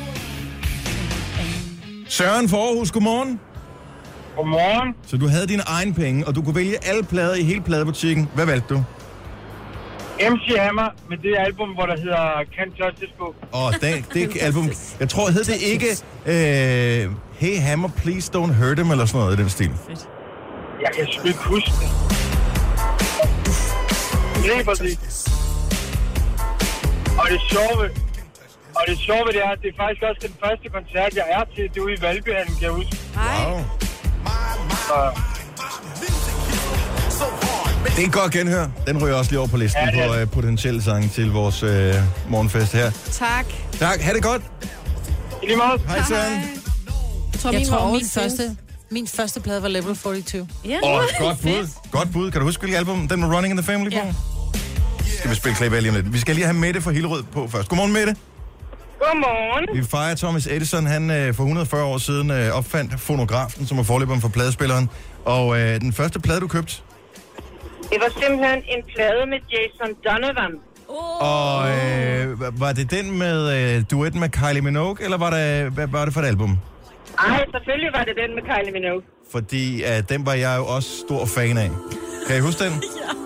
[SPEAKER 1] Søren fra Aarhus, godmorgen.
[SPEAKER 11] Godmorgen.
[SPEAKER 1] Så du havde dine egne penge, og du kunne vælge alle plader i hele pladebutikken. Hvad valgte du?
[SPEAKER 11] MC Hammer med det album, hvor der hedder Can't Touch This Book.
[SPEAKER 1] Det album. Jeg tror, hed det ikke Hey Hammer, Please Don't Hurt Him, eller sådan noget i den stil.
[SPEAKER 11] Jeg kan sgu ikke huske det. Lige præcis. Og det sjove ved det er, at det er faktisk også den første koncert, jeg er til. Det er ude i Valbyhallen, kan jeg huske.
[SPEAKER 1] Wow. Det er et godt genhør. Den ryger også lige over på listen på potentielle sange til vores morgenfest her. Tak. Ha' det godt.
[SPEAKER 11] I lige måde.
[SPEAKER 1] Hej, Søren.
[SPEAKER 3] Jeg tror, min første plade var Level 42.
[SPEAKER 4] Ja.
[SPEAKER 1] Godt bud. Kan du huske, hvilket album? Den var Running in the Family på?
[SPEAKER 3] Ja.
[SPEAKER 1] Skal vi spille Clay Valley om lidt. Vi skal lige have Mette fra Hillerød på først. Godmorgen, Mette.
[SPEAKER 10] Godmorgen.
[SPEAKER 1] Vi fejrer Thomas Edison. Han for 140 år siden opfandt fonografen, som var forløberen for pladespilleren. Og den første plade, du købte?
[SPEAKER 10] Det var simpelthen en plade med Jason Donovan.
[SPEAKER 1] Og var det den med duetten med Kylie Minogue, eller hvad var det for et album?
[SPEAKER 10] Nej, selvfølgelig var det den med Kylie Minogue.
[SPEAKER 1] Fordi den var jeg jo også stor fan af. Kan I huske den?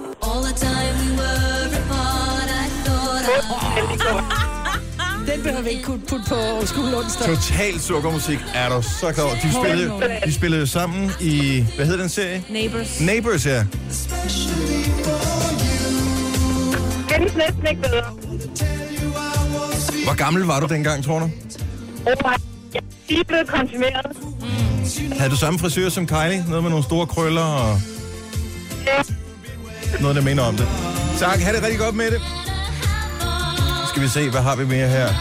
[SPEAKER 3] Den behøver vi ikke kunne putte på skoleonsdag.
[SPEAKER 1] Total sukkermusik. Er du så klar? De spillede jo sammen i, hvad hedder den serie? Neighbors, ja.
[SPEAKER 10] Det næsten ikke bedre.
[SPEAKER 1] Hvor gammel var du dengang, tror du?
[SPEAKER 10] Jeg er blevet konfirmeret.
[SPEAKER 1] Havde du samme frisør som Kylie? Noget med nogle store krøller og...
[SPEAKER 10] Ja.
[SPEAKER 1] Noget, der minder om det. Tak, ha' det rigtig godt med det. Skal vi se, hvad har vi mere her?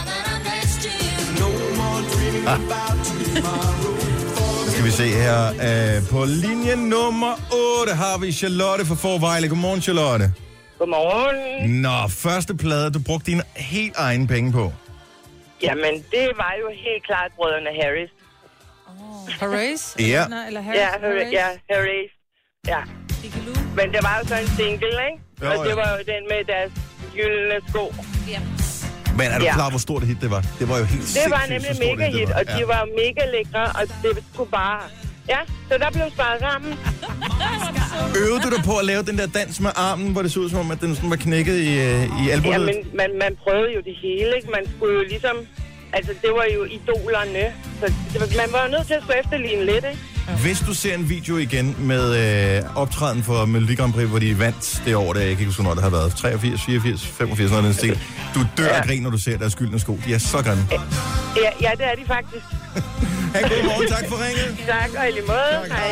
[SPEAKER 1] Skal vi se her. På linje nummer 8 har vi Charlotte fra Forvejle. Godmorgen, Charlotte.
[SPEAKER 10] Godmorgen.
[SPEAKER 1] Nå, første plade, du brugte dine helt egen penge på.
[SPEAKER 10] Jamen, det var jo helt klart brødrene Harris.
[SPEAKER 3] Harris?
[SPEAKER 1] Ja.
[SPEAKER 3] Eller Harris?
[SPEAKER 10] Ja, Harris. Ja. Men det var jo sådan en single, ikke? Og det var jo den med deres gyldne sko.
[SPEAKER 4] Ja.
[SPEAKER 1] Men er du klar, hvor stort et hit det var? Det var jo helt sindssygt.
[SPEAKER 10] Det var nemlig mega hit, og de var mega lækre, og det skulle bare... Ja, så der blev sparet sammen.
[SPEAKER 1] Øvede du dig på at lave den der dans med armen, hvor det så ud som om, at den sådan var knækket i albumet?
[SPEAKER 10] Ja, men man prøvede jo det hele, ikke? Man skulle jo ligesom... Altså, det var jo idolerne. Så man var jo nødt til at stå efterligne lidt, ikke?
[SPEAKER 1] Hvis du ser en video igen med optræden for Melodi Grand Prix, hvor de vandt det år, der jeg kan ikke huske, når det har været 83, 84, 85, noget af den stil. Du dør af grin, når du ser deres Gyldne Sko. De er så grimme.
[SPEAKER 10] Ja, det er de faktisk.
[SPEAKER 1] Ha' en god morgen. Tak for ringet.
[SPEAKER 10] Tak, og i lige måde. Hej.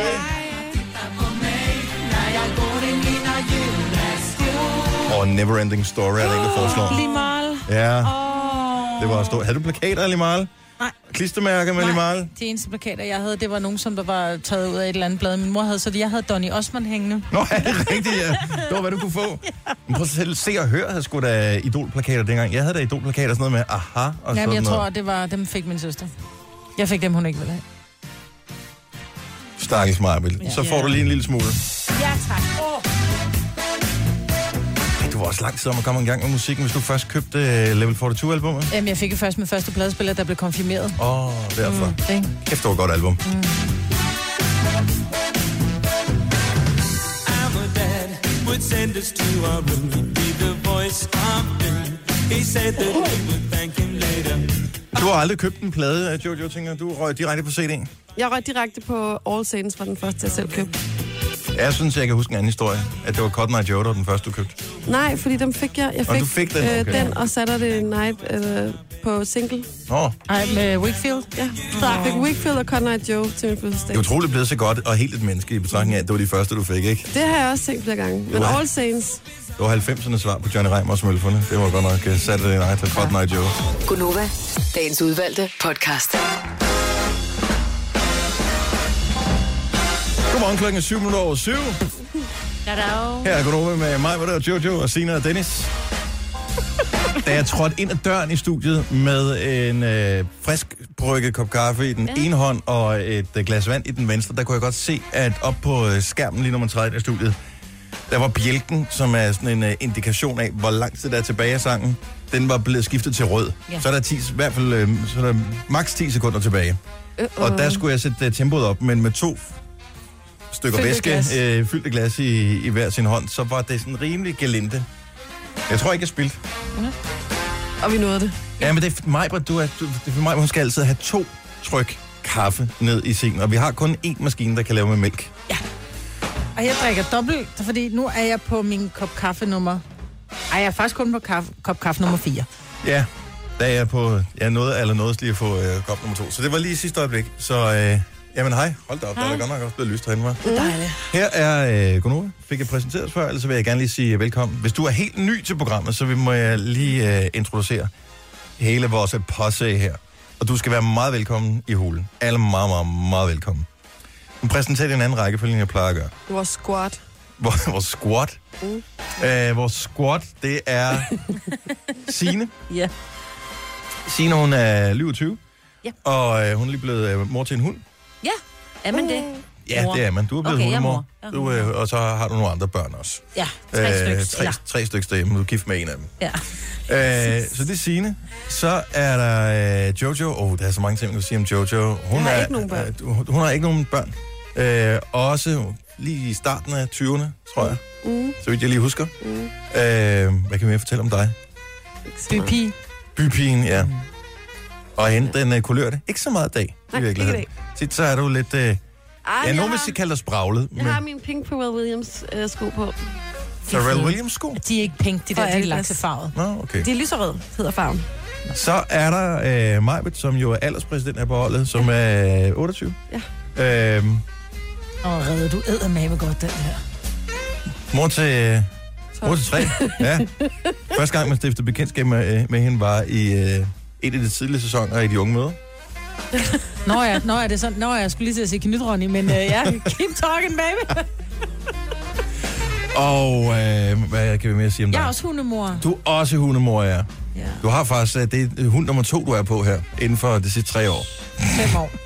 [SPEAKER 1] Og Neverending Story er det ikke, der foreslår.
[SPEAKER 3] Limal.
[SPEAKER 1] Ja, det var stort. Havde du plakater, Limal?
[SPEAKER 3] Nej.
[SPEAKER 1] Klistermærker med Limal?
[SPEAKER 3] De eneste plakater, jeg havde, det var nogen, som der var taget ud af et eller andet blad. Min mor havde, så jeg havde Donny Osmond hængende.
[SPEAKER 1] Nå, er det rigtigt, ja. Det var, hvad du kunne få. Men prøv at se og høre, havde sgu da idolplakater dengang. Jeg havde da idolplakater sådan noget med aha og sådan noget.
[SPEAKER 3] Jeg tror, det var dem fik min søster. Jeg fik dem, hun ikke ville have.
[SPEAKER 1] Stakkels Marbel. Så får du lige en lille smule.
[SPEAKER 3] Ja, tak.
[SPEAKER 1] Du var også lang tid om at komme i gang med musikken, hvis du først købte Level 42-albummet.
[SPEAKER 3] Jeg fik det først med første pladespiller, der blev konfirmeret.
[SPEAKER 1] Derfor. Kæft, det var et godt album. Du har aldrig købt en plade, Jojo, tænker du? Røg direkte på CD'en?
[SPEAKER 2] Jeg røg direkte på All Saints, var den første, jeg selv købte.
[SPEAKER 1] Jeg synes, jeg kan huske en anden historie, at det var Cotton Eye Joe, der var den første, du købte.
[SPEAKER 2] Nej, fordi dem fik jeg. Jeg fik,
[SPEAKER 1] du fik den? Okay.
[SPEAKER 2] Den og Saturday Night på single.
[SPEAKER 3] Ej, med Wakefield?
[SPEAKER 2] Ja, så jeg fik Wakefield og Cotton Eye Joe til min fødselsdag.
[SPEAKER 1] Det er utroligt blevet så godt og helt et menneske i betragtning af, at det var de første, du fik, ikke?
[SPEAKER 2] Det har jeg også tænkt flere gange. Men All Saints...
[SPEAKER 1] Det var 90'ernes svar på Johnny Reimers Mølferne. Det var godt nok Saturday Night og Cotton Eye Joe.
[SPEAKER 5] Gunova, dagens udvalgte podcast.
[SPEAKER 1] Godmorgen, klokken er 7:07. Her er Gunova med mig, hvor der er Jojo og Sina og Dennis. Da jeg trådte ind ad døren i studiet med en frisk brygget kop kaffe i den ene hånd og et glas vand i den venstre, der kunne jeg godt se, at op på skærmen, lige når man træder ind i studiet, der var bjælken, som er sådan en indikation af, hvor lang tid der er tilbage af sangen. Den var blevet skiftet til rød. Ja. Så er der i hvert fald så er der maks 10 sekunder tilbage. Og der skulle jeg sætte tempoet op, men med 2 stykker væske, fyldte glas i hver sin hånd, så var det sådan rimelig gelinde. Jeg tror ikke, jeg spildte.
[SPEAKER 2] Og vi nåede det.
[SPEAKER 1] Ja, men det er mig, hun skal altid have 2 tryk kaffe ned i sin, og vi har kun 1 maskine, der kan lave med mælk.
[SPEAKER 3] Ja. Og jeg drikker dobbelt, fordi nu er jeg på min kop kaffe nummer... Ej, jeg er faktisk kun på kop kaffe nummer 4.
[SPEAKER 1] Ja, der er jeg på... Jeg nåede lige at få kop nummer 2. Så det var lige i sidste øjeblik. Så jamen hej, hold da op, der er godt nok også blevet lyst herinde, hva'?
[SPEAKER 3] Dejligt.
[SPEAKER 1] Her er Gunova. Fik jeg præsenteret før, ellers vil jeg gerne lige sige velkommen. Hvis du er helt ny til programmet, så må jeg lige introducere hele vores posse her. Og du skal være meget velkommen i hulen. Alle meget, meget, meget velkommen. Nu præsenterer jeg en anden rækkefølge, end jeg plejer at gøre.
[SPEAKER 2] Vores squad.
[SPEAKER 1] Vores squad? Vores squad, det er Signe.
[SPEAKER 4] Ja.
[SPEAKER 1] Signe, hun er lige 20.
[SPEAKER 4] Ja.
[SPEAKER 1] Og hun er lige blevet mor til en hund.
[SPEAKER 4] Ja, er man det?
[SPEAKER 1] Ja, det er man. Du er blevet hundemor. Og så har du nogle andre børn også.
[SPEAKER 4] Ja, 3 stykker.
[SPEAKER 1] 3 stykker derhjemme. Du er gift med en af dem.
[SPEAKER 4] Ja.
[SPEAKER 1] Så det er Signe. Så er der Jojo. Der er så mange ting, man kan sige om Jojo. Hun
[SPEAKER 2] har ikke nogen børn.
[SPEAKER 1] Hun har ikke nogen børn. Også lige i starten af 20'erne, tror jeg. Så vidt jeg lige husker. Hvad kan vi mere fortælle om dig?
[SPEAKER 3] Bypige.
[SPEAKER 1] Bypigen, ja. Og hende, den kulørte. Ikke så meget dag.
[SPEAKER 2] Nej, ikke i dag.
[SPEAKER 1] Så er du lidt... nogen vil sige, kalde dig spraglet.
[SPEAKER 2] Jeg har min pink Pharrell Williams sko på.
[SPEAKER 1] Pharrell Williams sko?
[SPEAKER 3] De er ikke pink, de er laksefarvet.
[SPEAKER 1] Nå, okay.
[SPEAKER 2] De er lyserød, hedder farven.
[SPEAKER 1] Så er der Majbet, som jo er alderspræsident her på holdet, som er 28.
[SPEAKER 2] Ja.
[SPEAKER 3] Redde, du eddermame godt den her.
[SPEAKER 1] Mor til 3. Ja. Første gang, man stiftede bekendtskab med hende, var i en af de tidlige sæsoner i De Unge Møder.
[SPEAKER 3] Nå, er det sådan? Nå, jeg skulle lige til at sige Knytronny, men ja, keep talking, baby.
[SPEAKER 1] Og hvad kan vi mere sige om dig?
[SPEAKER 3] Jeg er også hundemor.
[SPEAKER 1] Du er også hundemor, ja.
[SPEAKER 3] Ja.
[SPEAKER 1] Du har faktisk, det er hund nummer 2, du er på her, inden for de sidste 3 år.
[SPEAKER 3] 5 år.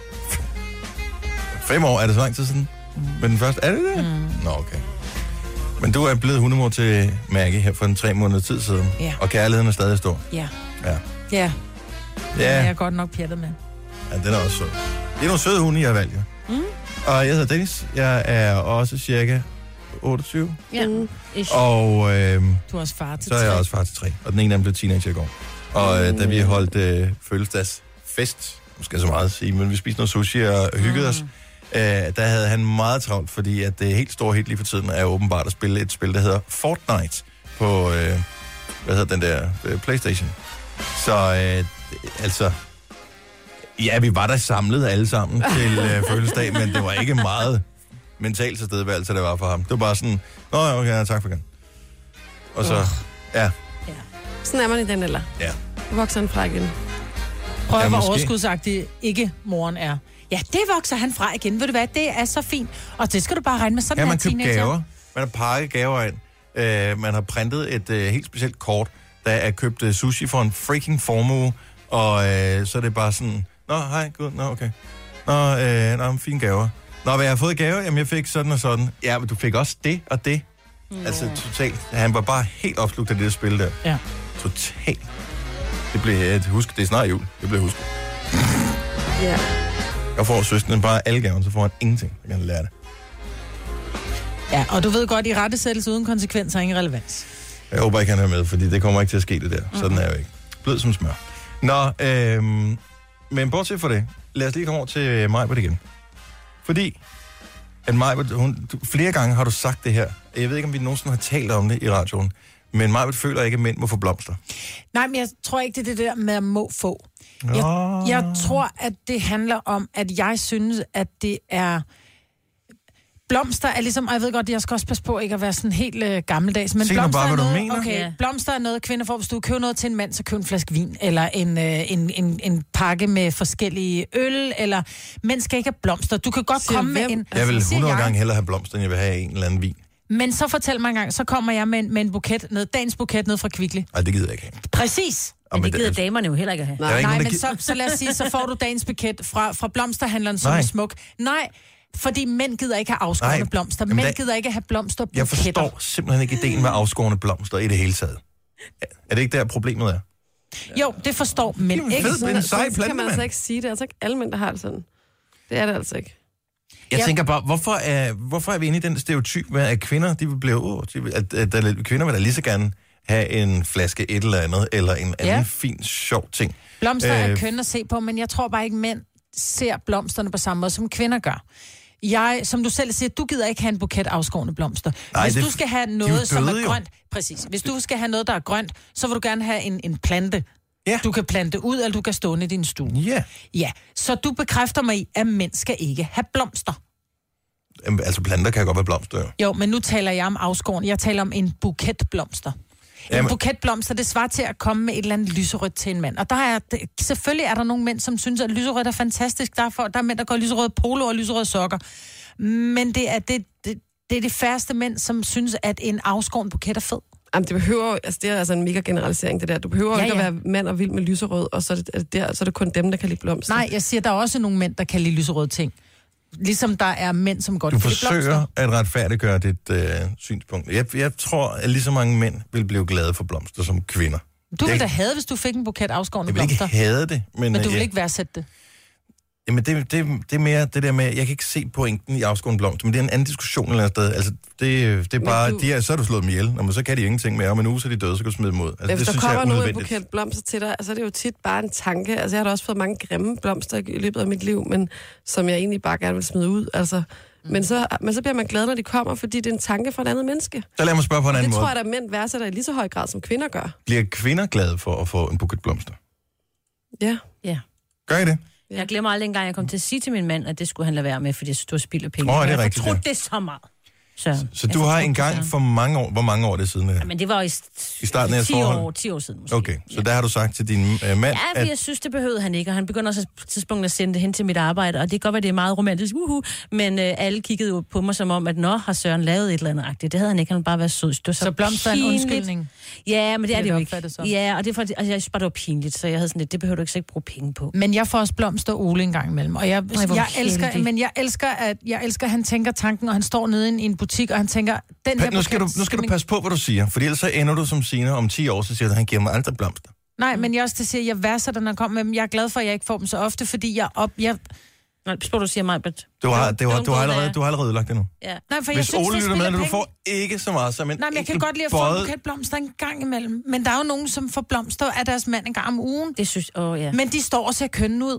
[SPEAKER 1] 5 år, er det så lang tid siden? Men den første, er det det? Nå, okay. Men du er blevet hundemor til Maggie her for en 3 måneder tid siden.
[SPEAKER 3] Ja.
[SPEAKER 1] Og kærligheden er stadig stor.
[SPEAKER 3] Ja.
[SPEAKER 1] Ja.
[SPEAKER 3] Ja. Jeg er godt nok pjattet med.
[SPEAKER 1] Ja, den er også sød. Det er nogle søde hunde, jeg har valgt, ja. Og jeg hedder Dennis. Jeg er også cirka 28.
[SPEAKER 3] Ja.
[SPEAKER 1] Og
[SPEAKER 3] du er også far til 3.
[SPEAKER 1] Så er jeg også far til 3. Og den ene af dem blev teenager i går. Og da vi holdt fødselsdagsfest, måske så meget at sige, men vi spiste noget sushi og hyggede os, Der havde han meget travlt, fordi at det helt store hit lige for tiden er åbenbart at spille et spil, der hedder Fortnite på, hvad hedder den der, PlayStation. Så altså, ja, vi var der samlet alle sammen til fødselsdag, men det var ikke meget mentalt tilstedeværelse, det var for ham. Det var bare sådan, nå ja, okay, tak for igen. Og så, ja.
[SPEAKER 2] Sådan er man i den alder.
[SPEAKER 1] Ja.
[SPEAKER 2] Vokser han fra igen.
[SPEAKER 3] Prøv
[SPEAKER 1] Ja,
[SPEAKER 3] hvor
[SPEAKER 1] måske.
[SPEAKER 3] overskudsagtig ikke moren er. Ja, det vokser han fra igen. Ved du hvad, det er så fint. Og det skal du bare regne med sådan
[SPEAKER 1] Ja,
[SPEAKER 3] her
[SPEAKER 1] man købt
[SPEAKER 3] teenager.
[SPEAKER 1] gaver. Man har pakket gaver ind. Man har printet et helt specielt kort, der er købt sushi for en freaking formue, og så er det bare sådan, nå, hej, gud, nå, okay. Nå, fine gaver. Nå, hvad jeg har fået gaver? Jamen, jeg fik sådan og sådan. Ja, men du fik også det og det. Altså, totalt. Han var bare helt opslugt af det der spil der.
[SPEAKER 3] Ja.
[SPEAKER 1] Totalt. Det blev, husk, det er snart jul. Det blev husket.
[SPEAKER 2] Ja.
[SPEAKER 1] Jeg får søsteren bare alle gaven, så får han ingenting. Jeg kan lære det.
[SPEAKER 3] Ja, og du ved godt, i rettesættelse uden konsekvenser er ingen relevans.
[SPEAKER 1] Jeg håber ikke, han er med, fordi det kommer ikke til at ske det der. Sådan er jeg jo ikke. Blød som smør. Nå, men bortset fra det, lad os lige komme over til Majbert igen. Fordi, at Majbert, flere gange har du sagt det her. Jeg ved ikke, om vi nogensinde har talt om det i radioen, men Majbert føler ikke, at mænd må få blomster.
[SPEAKER 3] Nej, men jeg tror ikke, det er det der med at må få. Jeg tror, at det handler om, at jeg synes, at det er... Blomster er ligesom, og jeg ved godt, jeg skal også passe på ikke at være sådan helt gammeldags, men
[SPEAKER 1] sig
[SPEAKER 3] blomster
[SPEAKER 1] bare,
[SPEAKER 3] er
[SPEAKER 1] hvad du
[SPEAKER 3] noget,
[SPEAKER 1] mener.
[SPEAKER 3] okay, blomster er noget, kvinder får. Hvis du køber noget til en mand, så køb en flaske vin, eller en pakke med forskellige øl, eller mænd skal ikke have blomster. Du kan godt komme med en...
[SPEAKER 1] Jeg vil
[SPEAKER 3] siger
[SPEAKER 1] 100 gange hellere have blomster, end jeg vil have en eller anden vin.
[SPEAKER 3] Men så fortæl mig en gang, så kommer jeg med en buket, dagens buket ned fra Kvickly.
[SPEAKER 1] Nej, det gider jeg ikke have.
[SPEAKER 3] Præcis.
[SPEAKER 4] Men det gider damerne jo heller ikke at have.
[SPEAKER 3] Nej, men så lad os sige, så får du dagens buket fra blomsterhandleren, som er smuk. Nej, fordi mænd gider ikke have afskårne blomster. Mænd gider ikke have blomsterbuketter.
[SPEAKER 1] Jeg forstår simpelthen ikke ideen med afskårne blomster i det hele taget. Er det ikke der, problemet er?
[SPEAKER 3] Jo, det forstår mænd ikke.
[SPEAKER 2] Så kan man altså ikke sige det. Altså ikke alle mænd, der har det sådan. Det er det altså ikke.
[SPEAKER 1] Jeg tænker bare, hvorfor er vi inde i den stereotyp med, at kvinder, de vil blive, at kvinder vil da lige så gerne have en flaske et eller andet, eller en anden fin, sjov ting.
[SPEAKER 3] Blomster er køn at se på, men jeg tror bare ikke, mænd ser blomsterne på samme måde, som kvinder gør. Som du selv siger, du gider ikke have en buket afskårne blomster. Hvis du skal have noget, som er grønt, præcis. Hvis du skal have noget, der er grønt, så vil du gerne have en plante. Ja. Du kan plante ud, eller du kan stå i din stue.
[SPEAKER 1] Ja.
[SPEAKER 3] Ja, så du bekræfter mig i, at mænd skal ikke have blomster.
[SPEAKER 1] Altså planter kan godt være blomster, jo.
[SPEAKER 3] Jo, men nu taler jeg om afskåren. Jeg taler om en buket blomster. En buket blomster, det svarer til at komme med et eller andet lyserødt til en mand. Og selvfølgelig er der nogle mænd, som synes, at lyserødt er fantastisk. Der er mænd, der går lyserøde polo og lyserøde sokker. Men det er de færreste mænd, som synes, at en afskåren buket er fed.
[SPEAKER 2] Jamen, det behøver, altså det er altså en mega generalisering, det der. Du behøver ikke at være mand og vild med lyserød, og så er det kun dem, der kan lide blomster.
[SPEAKER 3] Nej, jeg siger, der er også nogle mænd, der kan lide lyserøde ting. Ligesom der er mænd, som godt kan lide blomster.
[SPEAKER 1] Du forsøger at retfærdiggøre dit synspunkt. Jeg tror, at lige så mange mænd vil blive glade for blomster som kvinder.
[SPEAKER 3] Du ville da have, hvis du fik en buket afskårne blomster.
[SPEAKER 1] Jeg vil ikke have det. Men
[SPEAKER 3] du vil ikke værdsætte det.
[SPEAKER 1] Jamen, det er mere det der med, jeg kan ikke se pointen i afskårne blomster, men det er en anden diskussion eller andet sted. Altså, det er bare, så er du slået dem ihjel, men så kan de ingenting mere. Om en uge, så er de døde, så kan du smide dem ud. Altså,
[SPEAKER 2] hvis der kommer nu en buket blomster til dig, så er det jo tit bare en tanke. Altså, jeg har da også fået mange grimme blomster i løbet af mit liv, men som jeg egentlig bare gerne vil smide ud. Altså, men så bliver man glad, når de kommer, fordi det er en tanke fra et andet menneske.
[SPEAKER 1] Så lad mig spørge på en anden måde.
[SPEAKER 2] Det tror jeg, at mænd værdsætter i lige så høj grad, som kvinder gør.
[SPEAKER 1] Bliver kvinder glade for at få en buket blomster?
[SPEAKER 2] Ja.
[SPEAKER 1] Gør I det?
[SPEAKER 4] Jeg glemmer aldrig engang, jeg kom til at sige til min mand, at det skulle han lade være med, fordi jeg synes, det var spild af penge.
[SPEAKER 1] Det er
[SPEAKER 4] jeg
[SPEAKER 1] rigtigt,
[SPEAKER 4] fortrudte det så meget.
[SPEAKER 1] Så du har engang for mange år, hvor mange år er det siden?
[SPEAKER 4] Ja, men det var i
[SPEAKER 1] starten af
[SPEAKER 4] 10 år siden måske.
[SPEAKER 1] Okay, så der har du sagt til din mand,
[SPEAKER 4] ja, jeg synes, det behøvede han ikke, og han begynder også på et tidspunkt at sende det hen til mit arbejde, og det kan godt være, det er meget romantisk, men alle kiggede jo på mig som om, at har Søren lavet et eller andet agtigt. Det havde han ikke, han ville bare være sød.
[SPEAKER 3] Så blomster er en undskyldning?
[SPEAKER 4] Ja, men det er det jo ikke. Ja, og det er fordi, jeg synes bare, det var pinligt, så jeg havde sådan lidt, det behøver du ikke bruge penge på.
[SPEAKER 3] Men jeg får også blomster Ole en gang imellem, og jeg elsker, at han tænker tanken, og han står nede i en butik, og han tænker,
[SPEAKER 1] nu skal du passe på, hvad du siger, for ellers så ender du som Signe om 10 år, så siger du, at han giver mig aldrig blomster.
[SPEAKER 3] Nej, men jeg også til siger, jeg værdsætter, når han kommer med dem. Jeg er glad for, at jeg ikke får dem så ofte, fordi
[SPEAKER 4] Nej, spørg, du siger mig, but...
[SPEAKER 1] Du har allerede ødelagt det nu.
[SPEAKER 4] Ja.
[SPEAKER 3] Nej, for
[SPEAKER 1] hvis Ole lytter med, når du får ikke så meget som en...
[SPEAKER 3] Nej, men jeg kan godt lide at få en buket blomster en gang imellem. Men der er jo nogen, som får blomster af deres mand en gang om ugen.
[SPEAKER 4] Det synes... ja.
[SPEAKER 3] Men de står og ser kønne ud.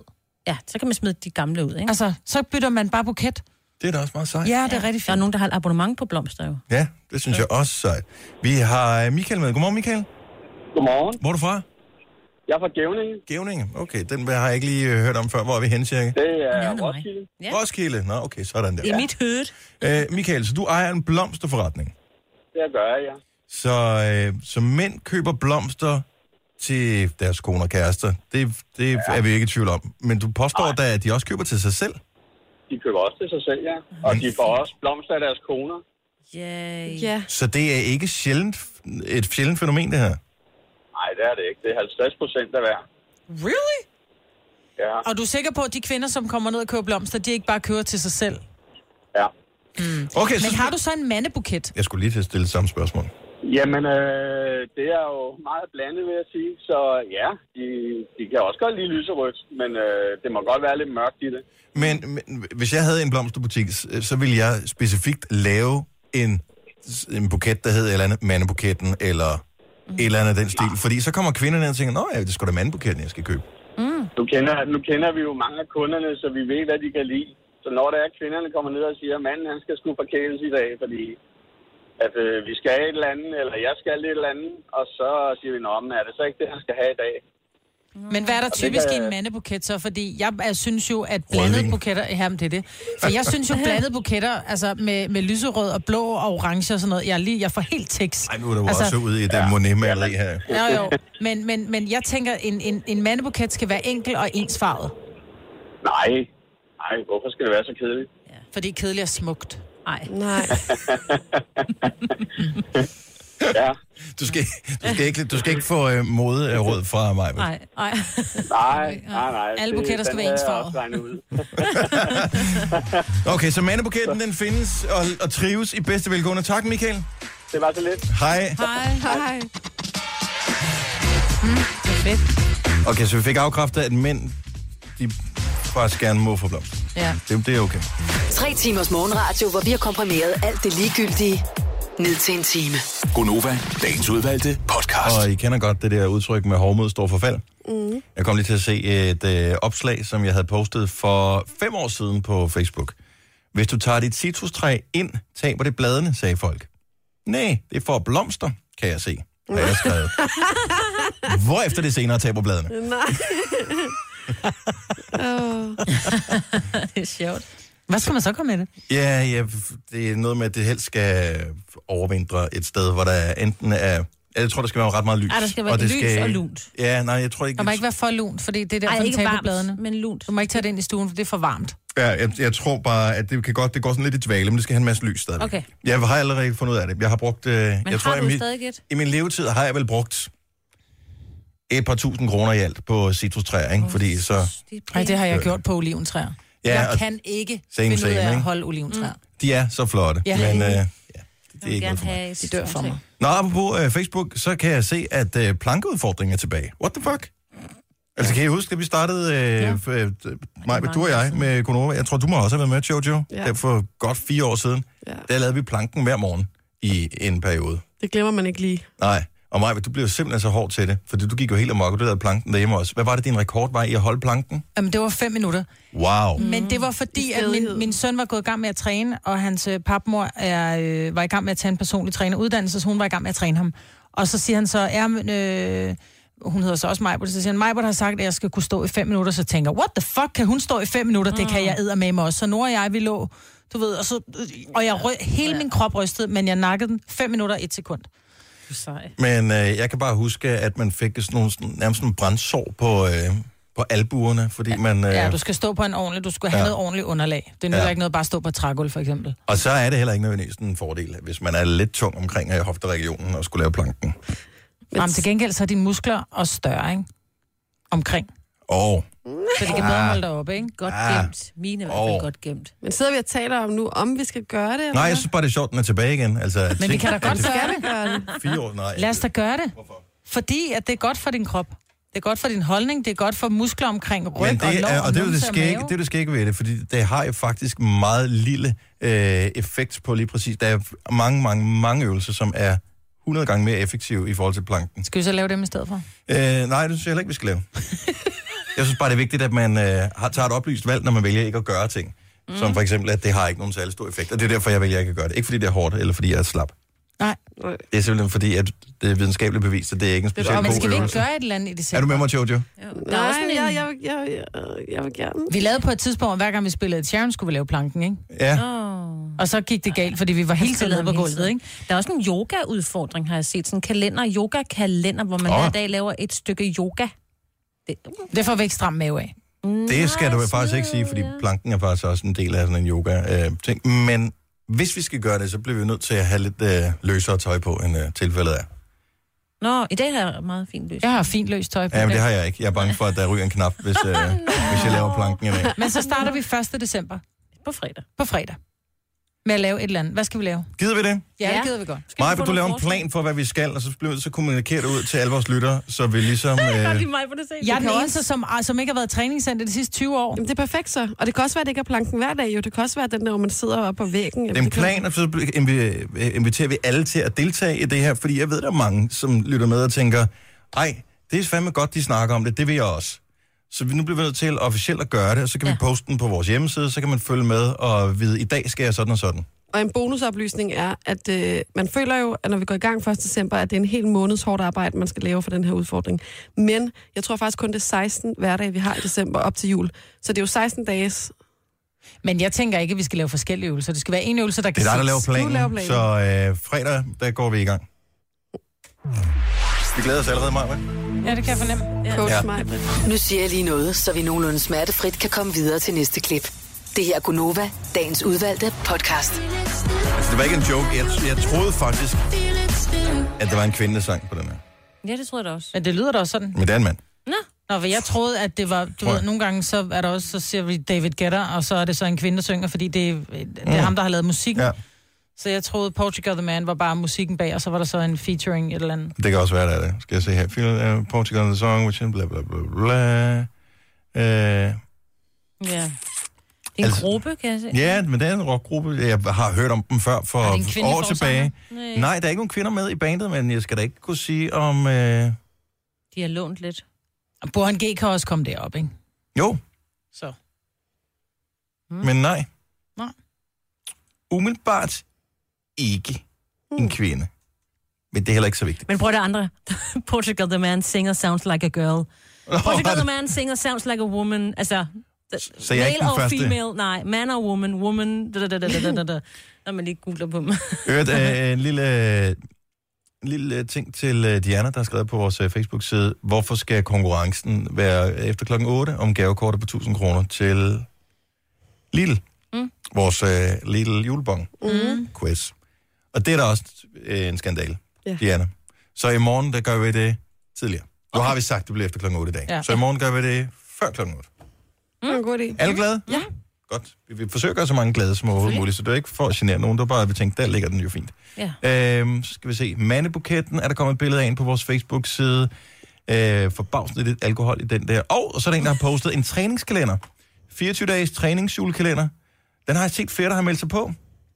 [SPEAKER 4] Ja, så kan man smide de gamle ud, ikke?
[SPEAKER 3] Altså, så bytter man bare buket.
[SPEAKER 1] Det er da også meget sejt.
[SPEAKER 3] Ja, det er rigtig fint.
[SPEAKER 4] Der er nogen, der har et abonnement på blomster jo.
[SPEAKER 1] Ja, det synes jeg også sejt. Vi har Michael med. Godmorgen, Michael.
[SPEAKER 11] Godmorgen.
[SPEAKER 1] Hvor er du fra?
[SPEAKER 11] Jeg er fra Gævninge.
[SPEAKER 1] Gævninge? Okay, den har jeg ikke lige hørt om før. Hvor er vi henne, cirka?
[SPEAKER 11] Det er Roskilde.
[SPEAKER 1] Ja. Roskilde? Nå, okay, sådan der.
[SPEAKER 4] Det er mit hød.
[SPEAKER 1] Michael, så du ejer en blomsterforretning?
[SPEAKER 11] Det gør jeg, ja.
[SPEAKER 1] Så mænd køber blomster til deres koner og kærester. Det er vi ikke i tvivl om. Men du påstår da, at de også køber til sig selv?
[SPEAKER 11] De køber også til sig selv, ja. Og de får også blomster af deres koner.
[SPEAKER 4] Ja.
[SPEAKER 1] Så det er ikke et sjældent fænomen, det her?
[SPEAKER 11] Nej, det er det ikke. Det er 50% af hver.
[SPEAKER 3] Really?
[SPEAKER 11] Ja.
[SPEAKER 3] Og du er sikker på, at de kvinder, som kommer ned og køber blomster, de ikke bare køber til sig selv?
[SPEAKER 11] Ja.
[SPEAKER 1] Okay,
[SPEAKER 3] men har du så en mandebuket?
[SPEAKER 1] Jeg skulle lige til at stille samme spørgsmål.
[SPEAKER 11] Jamen, det er jo meget blandet, vil jeg sige. Så ja, de kan også godt lide lyserødt, men det må godt være lidt mørkt i det.
[SPEAKER 1] Men hvis jeg havde en blomsterbutik, så ville jeg specifikt lave en buket, der hedder et eller andet mandebuketten, eller et eller andet af den stil. Fordi så kommer kvinderne og tænker, nå ja, det er sgu da mandebuketten, jeg skal købe.
[SPEAKER 11] Nu kender vi jo mange af kunderne, så vi ved, hvad de kan lide. Så når der er kvinderne kommer ned og siger, at manden han skal sgu forkæles i dag, fordi at vi skal have et eller andet, eller jeg skal et eller andet, og så siger vi, nå, men er det så ikke det, han skal have i dag?
[SPEAKER 3] Men hvad er der typisk i en mandebuket så? Fordi jeg synes jo, at blandede buketter... Jamen, det er det. For jeg synes jo, blandede buketter, altså med lyserød og blå og orange og sådan noget, jeg får helt tiks.
[SPEAKER 1] Ej, nu er du også ude i den Monet-maleri her.
[SPEAKER 3] Jo. Men jeg tænker, en mandebuket skal være enkel og ensfarvet.
[SPEAKER 11] Nej, hvorfor skal det være så kedeligt?
[SPEAKER 3] Ja. Fordi kedeligt er smukt.
[SPEAKER 2] Nej.
[SPEAKER 11] Ja.
[SPEAKER 1] Du skal ikke få moderåd fra mig.
[SPEAKER 4] Nej.
[SPEAKER 11] Nej.
[SPEAKER 3] Alle buketter skal være ensfarvet.
[SPEAKER 1] Okay, så mandebuketten, den findes og trives i bedste velgående. Tak, Michael.
[SPEAKER 11] Det var så lidt.
[SPEAKER 1] Hej.
[SPEAKER 2] Hej.
[SPEAKER 3] Det er fedt.
[SPEAKER 1] Okay, så vi fik afkræftet, at mænd, de faktisk gerne må få blomster.
[SPEAKER 3] Ja.
[SPEAKER 1] Det er okay.
[SPEAKER 5] 3 timers morgenradio, hvor vi har komprimeret alt det ligegyldige ned til en time.
[SPEAKER 6] Gonova, dagens udvalgte podcast.
[SPEAKER 1] Og I kender godt det der udtryk med hovmod står for fald. Jeg kom lige til at se et opslag, som jeg havde postet for 5 år siden på Facebook. Hvis du tager dit citrustræ ind, taber det bladene, sagde folk. Nej, det er for blomster, kan jeg se, har jeg skrevet. Hvorefter det senere taber bladene.
[SPEAKER 2] Nej.
[SPEAKER 4] Det er sjovt.
[SPEAKER 3] Hvad skal man så komme med det?
[SPEAKER 1] Ja, det er noget med, at det helst skal overvintre et sted, hvor der enten er... Jeg tror, der skal være ret meget lys.
[SPEAKER 4] Der skal være lys og lunt.
[SPEAKER 1] Ja, nej, jeg tror ikke...
[SPEAKER 3] Der må ikke være for lunt, fordi det er derfor, den taber bladene.
[SPEAKER 4] Men lunt.
[SPEAKER 3] Du må ikke tage det ind i stuen, for det er for varmt.
[SPEAKER 1] Ja, jeg tror bare, at det går sådan lidt i dvale, men det skal have en masse lys stadigvæk.
[SPEAKER 4] Okay.
[SPEAKER 1] Jeg har allerede fundet ud af det. Jeg har brugt...
[SPEAKER 4] Men
[SPEAKER 1] jeg tror, i min levetid har jeg vel brugt et par tusind kroner i alt på citrustræer, ikke? Fordi så...
[SPEAKER 3] Nej, det har jeg gjort på oliventræer.
[SPEAKER 1] Ja,
[SPEAKER 3] jeg kan ikke finde ud af at holde oliventræer.
[SPEAKER 1] De er så flotte, men det er ikke noget for mig.
[SPEAKER 3] De dør for mig.
[SPEAKER 1] Nå, apropos Facebook, så kan jeg se, at plankeudfordringen er tilbage. What the fuck? Altså, kan I huske, at vi startede, du og jeg, med Gonova? Jeg tror, du må også have været med, Jojo.
[SPEAKER 2] Ja.
[SPEAKER 1] Der for godt 4 år siden.
[SPEAKER 2] Ja.
[SPEAKER 1] Der lavede vi planken hver morgen i en periode.
[SPEAKER 2] Det glemmer man ikke lige.
[SPEAKER 1] Nej, og Maja, du blev simpelthen så hård til det, fordi du gik jo helt amok, og du lavede planken derhjemme også. Hvad var det, din rekord var i at holde planken?
[SPEAKER 3] Jamen, det var 5 minutter.
[SPEAKER 1] Wow.
[SPEAKER 3] Men det var fordi, at min søn var gået i gang med at træne, og hans papmor var i gang med at tage en personlig træneruddannelse, så hun var i gang med at træne ham. Og så siger han så, hun hedder så også Majbert, så siger han, Majbert har sagt, at jeg skal kunne stå i 5 minutter, så tænker what the fuck, kan hun stå i 5 minutter? Det kan jeg eddermame også. Så Nora og jeg, vi lå, du ved, og jeg hele min krop rystede, men jeg nakkede den 5 minutter og 1 sekund.
[SPEAKER 1] Men jeg kan bare huske, at man fik nærmest nogle brandsår på albuerne, fordi man...
[SPEAKER 3] Ja, du skal stå på en ordentlig, du skal have noget ordentligt underlag. Det er nødvendigt ikke noget bare at stå på et trægulv, for eksempel.
[SPEAKER 1] Og så er det heller ikke nødvendigvis en fordel, hvis man er lidt tung omkring hofteregionen og skulle lave planken.
[SPEAKER 3] Jamen, til gengæld så er dine muskler også større, ikke? Omkring.
[SPEAKER 1] Så
[SPEAKER 3] de kan bedre holde dig oppe, ikke?
[SPEAKER 4] Godt gemt. Mine er i hvert fald godt gemt.
[SPEAKER 2] Men sidder vi og taler om nu, om vi skal gøre det?
[SPEAKER 1] Nej, jeg synes bare, det er sjovt, den er tilbage igen. Altså,
[SPEAKER 3] men vi kan da godt
[SPEAKER 2] gøre det.
[SPEAKER 1] 4 år, nej.
[SPEAKER 3] Lad os da gøre det.
[SPEAKER 1] Hvorfor?
[SPEAKER 3] Fordi at det er godt for din krop. Det er godt for din holdning, det er godt for muskler omkring ryg og lår
[SPEAKER 1] og det er det skægge ved det, fordi det har jo faktisk meget lille effekt på lige præcis. Der er mange øvelser, som er 100 gange mere effektive i forhold til planken.
[SPEAKER 3] Skal vi så lave dem i stedet for?
[SPEAKER 1] Nej, det synes jeg heller ikke, vi skal lave. Jeg synes bare, det er vigtigt, at man tager et oplyst valg, når man vælger ikke at gøre ting. Som for eksempel, at det har ikke nogen særlig stor effekt. Og det er derfor, jeg vælger ikke at gøre det. Ikke fordi det er hårdt, eller fordi jeg er slap.
[SPEAKER 3] Nej.
[SPEAKER 1] Det er simpelthen fordi, at det er videnskabeligt bevist, at det er ikke en speciel god øvelse.
[SPEAKER 3] Men skal vi ikke gøre et eller andet i december?
[SPEAKER 1] Er du med mig, Jojo?
[SPEAKER 2] Nej, jeg vil gerne.
[SPEAKER 3] Vi lavede på et tidspunkt, hver gang vi spillede Sharon, skulle vi lave planken, ikke?
[SPEAKER 1] Ja.
[SPEAKER 3] Og så gik det galt, fordi vi var hele tiden nede på gulvet, ikke?
[SPEAKER 4] Der er også en yoga-udfordring, har jeg set. Sådan en yoga-kalender, hvor man hver dag laver et stykke yoga.
[SPEAKER 3] Det får vi ikke stram mave af.
[SPEAKER 1] Det skal du faktisk ikke sige, fordi planken er faktisk også en del af sådan en yoga-ting. Men hvis vi skal gøre det, så bliver vi nødt til at have lidt løsere tøj på, end tilfældet er.
[SPEAKER 4] Nå, i dag har jeg meget fint løs.
[SPEAKER 3] Jeg har fint løs tøj på.
[SPEAKER 1] Ja, men det har jeg ikke. Jeg er bange for, at der ryger en knap, hvis jeg laver planken i dag.
[SPEAKER 3] Men så starter vi 1. december. På fredag. Med at lave et eller andet. Hvad skal vi lave?
[SPEAKER 1] Gider vi det?
[SPEAKER 3] Ja, det gider vi godt.
[SPEAKER 1] Maja, vil du lave en plan for, hvad vi skal, og så bliver vi så kommunikere det ud til alle vores lyttere, så vi ligesom...
[SPEAKER 3] Jeg er den eneste, som ikke har været i træningscenter de sidste 20 år.
[SPEAKER 2] Jamen, det er perfekt så. Og det kan også være, at det ikke er planken hver dag. Jo. Det kan også være den der, hvor man sidder oppe på væggen.
[SPEAKER 1] Det er en plan, og så inviterer vi alle til at deltage i det her, fordi jeg ved, der er mange, som lytter med og tænker, ej, det er fandme godt, de snakker om det, det vil jeg også. Så nu bliver vi nødt til officielt at gøre det, og så kan vi poste den på vores hjemmeside, så kan man følge med og vide, i dag skal jeg sådan og sådan.
[SPEAKER 2] Og en bonusoplysning er, at man føler jo, at når vi går i gang 1. december, at det er en hel måneds hårdt arbejde, man skal lave for den her udfordring. Men jeg tror faktisk kun, det er 16 hverdage, vi har i december op til jul. Så det er jo 16 dages.
[SPEAKER 3] Men jeg tænker ikke, at vi skal lave forskellige øvelser. Det skal være en øvelse, der kan...
[SPEAKER 1] Det er der laver planen, så fredag, der går vi i gang. Vi glæder os allerede meget,
[SPEAKER 3] Ja, det kan jeg fornemme.
[SPEAKER 5] Ja. Nu siger jeg lige noget, så vi nogenlunde smertefrit kan komme videre til næste klip. Det her er Gunova, dagens udvalgte podcast.
[SPEAKER 1] Altså, det var ikke en joke. Jeg troede faktisk, at det var en kvindesang på den her.
[SPEAKER 4] Ja, det tror jeg da også.
[SPEAKER 3] Men det lyder da også sådan.
[SPEAKER 1] Men det er en mand.
[SPEAKER 3] Nå, for jeg troede, at det var... Du ved, nogle gange så er der også, så siger vi David Guetta, og så er det så en kvinde, der synger, fordi det er ham, der har lavet musikken. Ja. Så jeg troede, Portugal The Man var bare musikken bag, og så var der så en featuring et eller andet.
[SPEAKER 1] Det kan også være, det. Skal jeg se her. Portugal The Song, which is bla bla bla bla.
[SPEAKER 4] Ja. Det er en gruppe, kan jeg se.
[SPEAKER 1] Ja, men det er en rockgruppe. Jeg har hørt om dem før for år tilbage. Nej, der er ikke nogen kvinder med i bandet, men jeg skal da ikke kunne sige om...
[SPEAKER 4] De har lånt lidt.
[SPEAKER 3] Og Burhan G kan også komme derop, ikke?
[SPEAKER 1] Jo.
[SPEAKER 3] Så.
[SPEAKER 1] Men nej.
[SPEAKER 3] Nej.
[SPEAKER 1] Umiddelbart ikke en kvinde. Men det er heller ikke så vigtigt.
[SPEAKER 4] Men prøv det andre. Portugal The Man singer sounds like a girl. Portugal The Man singer sounds like a woman. Altså,
[SPEAKER 1] så jeg er ikke den første.
[SPEAKER 4] Female, nej, man or woman, når man lige googler på dem.
[SPEAKER 1] En lille ting til Diana, der har skrevet på vores Facebook-side. Hvorfor skal konkurrencen være efter klokken 8 om gavekortet på 1.000 kroner til Lidl? Vores Lidl julebong-quiz. Og det er da også en skandal, Diana. Så i morgen, der gør vi det tidligere. Nu har vi sagt, det bliver efter klokken 8 i dag. Ja. Så i morgen gør vi det før klokken 8.
[SPEAKER 2] En god idé.
[SPEAKER 1] Alle glade?
[SPEAKER 2] Ja.
[SPEAKER 1] Godt. Vi forsøger at gøre så mange glade som overhovedet muligt, så det er ikke for at genere nogen. Det er bare, at vi tænkte, der ligger den jo fint. Ja. Så skal vi se. Mandebuketten er der kommet et billede af ind på vores Facebook-side. Forbavsende lidt alkohol i den der. Og så er der en, der har postet en træningskalender. 24-dages træningsjulekalender. Den har jeg set flere, der har meldt sig på.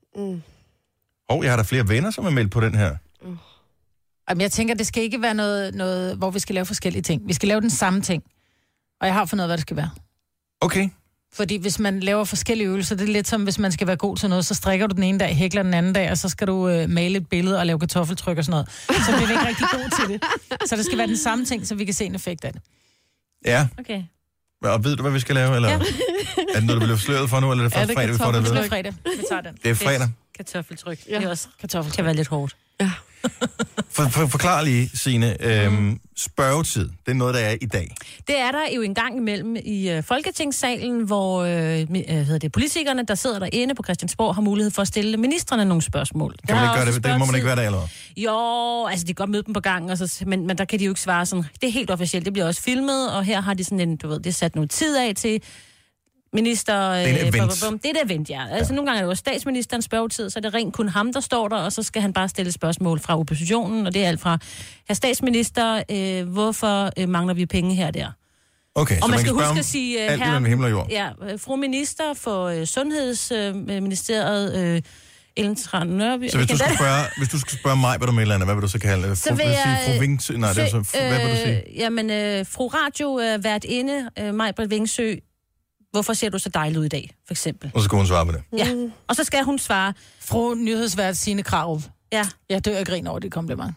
[SPEAKER 1] Jeg har der flere venner, som er meldt på den her.
[SPEAKER 3] Jamen, jeg tænker, det skal ikke være noget, hvor vi skal lave forskellige ting. Vi skal lave den samme ting. Og jeg har fundet ud af, hvad det skal være.
[SPEAKER 1] Okay.
[SPEAKER 3] Fordi hvis man laver forskellige øvelser, det er lidt som, hvis man skal være god til noget, så strikker du den ene dag, hækler den anden dag, og så skal du male et billede og lave kartoffeltryk og sådan noget. Så bliver vi ikke rigtig gode til det. Så det skal være den samme ting, så vi kan se en effekt af det.
[SPEAKER 1] Ja.
[SPEAKER 4] Okay.
[SPEAKER 1] Og ved du, hvad vi skal lave? Eller? Ja. Er det noget, du bliver sløret for nu, eller er det først fredag, vi får det ved?
[SPEAKER 3] Det er fredag. Vi tager den.
[SPEAKER 1] Det er fredag.
[SPEAKER 4] Kartoffeltryk. Ja. Det er også kartoffeltryk. Kan være lidt hårdt.
[SPEAKER 2] Ja.
[SPEAKER 1] Forklar lige, Signe. Spørgetid, det er noget, der er i dag.
[SPEAKER 4] Det er der jo en gang imellem i Folketingssalen, hvor politikerne, der sidder derinde på Christiansborg, har mulighed for at stille ministrene nogle spørgsmål.
[SPEAKER 1] Kan man ikke gøre det? Det må man ikke være der, eller?
[SPEAKER 4] Jo, altså de kan godt møde dem på gangen, og så, men der kan de jo ikke svare sådan. Det er helt officielt, det bliver også filmet, og her har de sådan en, det er sat noget tid af til minister...
[SPEAKER 1] Det er et event.
[SPEAKER 4] Det er et event, ja. Altså nogle gange er det jo statsministerens spørgetid, så er det rent kun ham, der står der, og så skal han bare stille spørgsmål fra oppositionen, og det er alt fra, herr statsminister, hvorfor mangler vi penge her og der?
[SPEAKER 1] Okay,
[SPEAKER 4] og
[SPEAKER 1] så
[SPEAKER 4] man skal huske at sige...
[SPEAKER 1] alt mellem himmel og jord.
[SPEAKER 4] Ja, fru minister for Sundhedsministeriet, Ellen Tran Nørby.
[SPEAKER 1] Så hvis du skulle spørge mig, hvad du med eller andet, hvad vil du så kalde det?
[SPEAKER 4] Så vil jeg...
[SPEAKER 1] Fru Vingsø? Nej, det er så... Hvad vil du sige?
[SPEAKER 4] Jamen, fru Radio vært inde, Maj-Britt Vingsø. Hvorfor ser du så dejlig ud i dag, for eksempel?
[SPEAKER 1] Og så skal hun svare på det.
[SPEAKER 4] Ja, og så skal hun svare...
[SPEAKER 3] Fru Nyhedsvært Signe Krarup.
[SPEAKER 4] Ja.
[SPEAKER 3] Jeg dør og griner over det kompliment.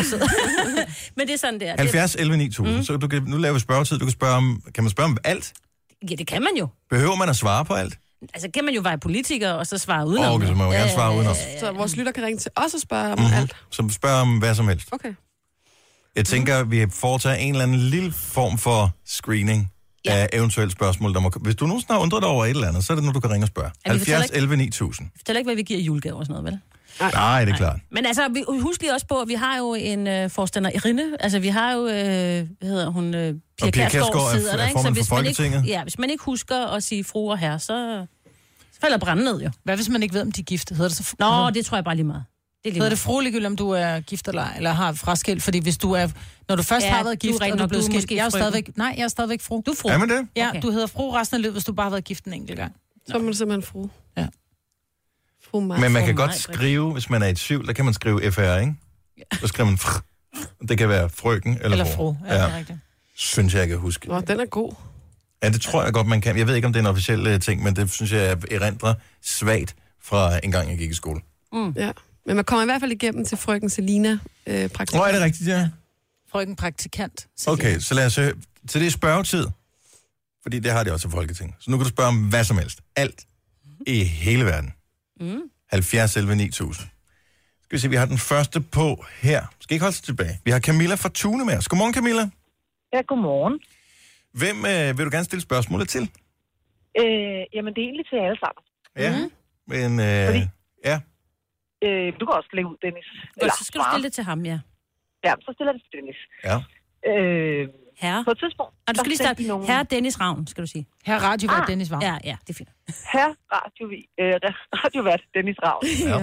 [SPEAKER 4] Men det er sådan, der.
[SPEAKER 1] 70 11 9000. Så nu laver vi spørgetid. Du kan spørge om... Kan man spørge om alt?
[SPEAKER 4] Ja, det kan man jo.
[SPEAKER 1] Behøver man at svare på alt?
[SPEAKER 4] Altså, kan man jo være politiker, og så svare udenom.
[SPEAKER 1] Okay, så må man gerne svare udenom.
[SPEAKER 2] Så vores lytter kan ringe til os og spørge om alt?
[SPEAKER 1] Så spørg om hvad som helst.
[SPEAKER 2] Okay.
[SPEAKER 1] Jeg tænker, at vi foretager en eller anden lille form for screening af eventuelle spørgsmål. Der må... Hvis du nogensinde har undret dig over et eller andet, så er det nu, du kan ringe og spørge. 70 11 9000.
[SPEAKER 4] Jeg fortæller ikke, hvad vi giver i julegaver og sådan noget, vel?
[SPEAKER 1] Nej, det er klart.
[SPEAKER 4] Men altså, husk lige også på, at vi har jo en forstanderinde. Altså, vi har jo, hvad hedder hun, Pia Kjærsgaard sidder der, ikke? Så hvis man ikke husker at sige fru og herre, så falder branden ned jo.
[SPEAKER 3] Hvad hvis man ikke ved, om de er gift? Hedder det så
[SPEAKER 4] Nå, det tror jeg bare lige meget.
[SPEAKER 3] Hedder det fru ligegyldigt, om du er gift eller har fraskilt? Fordi hvis du er, når du først har været gift, og du er blevet skilt, jeg er stadigvæk fru.
[SPEAKER 4] Du er fru.
[SPEAKER 1] Er man det?
[SPEAKER 3] Ja, okay. Du hedder fru resten af livet, hvis du bare har været gift en enkelt gang.
[SPEAKER 2] Så er man simpelthen fru.
[SPEAKER 3] Ja.
[SPEAKER 1] Men man kan godt skrive, hvis man er i tvivl, der kan man skrive FR, ikke? Så skriver man fr. Det kan være frøken eller fru.
[SPEAKER 3] Ja, det er rigtigt.
[SPEAKER 1] Synes jeg kan huske.
[SPEAKER 2] Nå, den er god.
[SPEAKER 1] Ja, det tror jeg godt, man kan. Jeg ved ikke, om det er en officiel ting, men det synes jeg erindrer svagt fra en gang, jeg gik i skole.
[SPEAKER 2] Ja, men man kommer i hvert fald igennem til frøken Selina praktikant.
[SPEAKER 1] Hvor er det rigtigt, ja?
[SPEAKER 3] Frøken praktikant.
[SPEAKER 1] Okay, så lad os høre. Til det er spørgetid, fordi det har de også i Folketinget. Så nu kan du spørge om hvad som helst. Alt i hele verden. 70 11 9000. Skal vi se, vi har den første på her. Skal ikke holde sig tilbage. Vi har Camilla fra Tune med os. Godmorgen, Camilla.
[SPEAKER 12] Ja, godmorgen.
[SPEAKER 1] Hvem vil du gerne stille spørgsmålet til?
[SPEAKER 12] Jamen, det er egentlig til alle sammen.
[SPEAKER 1] Ja, men...
[SPEAKER 12] Fordi,
[SPEAKER 1] ja.
[SPEAKER 12] Du kan også lægge ud, Dennis.
[SPEAKER 4] Eller, så skal du stille det til ham, ja.
[SPEAKER 12] Ja, så stiller det til Dennis.
[SPEAKER 1] Ja.
[SPEAKER 4] Herre.
[SPEAKER 12] På et tidspunkt...
[SPEAKER 4] Og du skal lige starte. Herre Dennis Ravn, skal du sige.
[SPEAKER 3] Herre radiovært Dennis Ravn.
[SPEAKER 4] Ja, det er fint.
[SPEAKER 12] Herre radiovært Dennis Ravn.
[SPEAKER 1] Ja.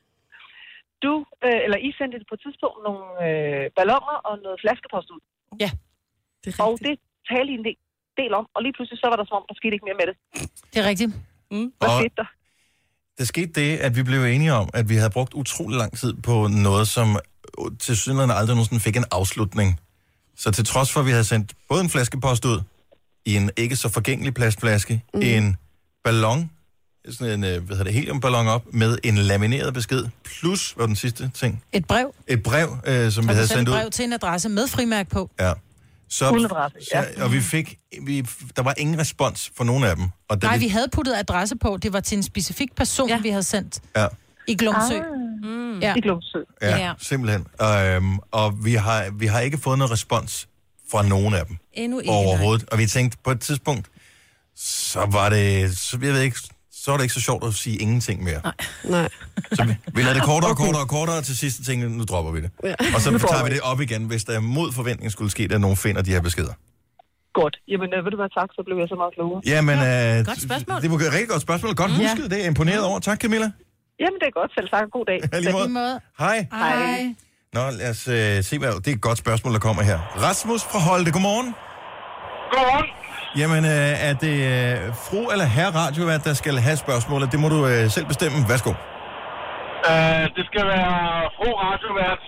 [SPEAKER 12] I sendte på et tidspunkt nogle balloner og noget flaskepost ud.
[SPEAKER 3] Ja,
[SPEAKER 12] det er rigtigt. Og det talte I en del om, og lige pludselig så var der som om, der skete ikke mere med det.
[SPEAKER 3] Det er rigtigt.
[SPEAKER 12] Hvad skete der?
[SPEAKER 1] Der skete det, at vi blev enige om, at vi havde brugt utrolig lang tid på noget, som til synligheden aldrig nogensinde fik en afslutning. Så til trods for, at vi havde sendt både en flaskepost ud, i en ikke så forgængelig plastflaske, en ballon, sådan en heliumballon op, med en lamineret besked, plus, hvad var den sidste ting?
[SPEAKER 3] Et brev.
[SPEAKER 1] Et brev, som vi havde sendt ud.
[SPEAKER 3] Et brev til en adresse med frimærk på.
[SPEAKER 1] Ja. Og der var ingen respons for nogen af dem. Og
[SPEAKER 3] vi havde puttet adresse på. Det var til en specifik person, vi havde sendt.
[SPEAKER 1] Ja.
[SPEAKER 3] I Glumsø.
[SPEAKER 12] Ja. I Glumsø.
[SPEAKER 1] Ja, simpelthen. Og vi har ikke fået noget respons fra nogen af dem.
[SPEAKER 4] Endnu ikke.
[SPEAKER 1] Overhovedet. Og vi tænkte, på et tidspunkt, så var det ikke så sjovt at sige ingenting mere.
[SPEAKER 2] Nej.
[SPEAKER 1] Så vi lader det kortere til sidste ting, nu dropper vi det. Ja. Og så tager vi det op igen, hvis der mod forventning skulle ske, at nogen finder de her beskeder.
[SPEAKER 12] Godt. Jamen, ved du hvad, tak, så blev jeg så meget klogere.
[SPEAKER 1] Jamen,
[SPEAKER 4] godt spørgsmål.
[SPEAKER 1] Det var et rigtig godt spørgsmål. Godt husket, det er jeg imponeret over. Tak, Camilla.
[SPEAKER 12] Jamen, det er godt. Selv tak. God dag.
[SPEAKER 1] Ja, lige måde. Hej. Nå, lad os se, hvad det er et godt spørgsmål, der kommer her. Rasmus fra Holte, godmorgen.
[SPEAKER 13] Godmorgen.
[SPEAKER 1] Jamen, er det fru eller herre radiovært, der skal have spørgsmålet? Det må du selv bestemme. Værsgo.
[SPEAKER 13] Det skal være fru radiovært.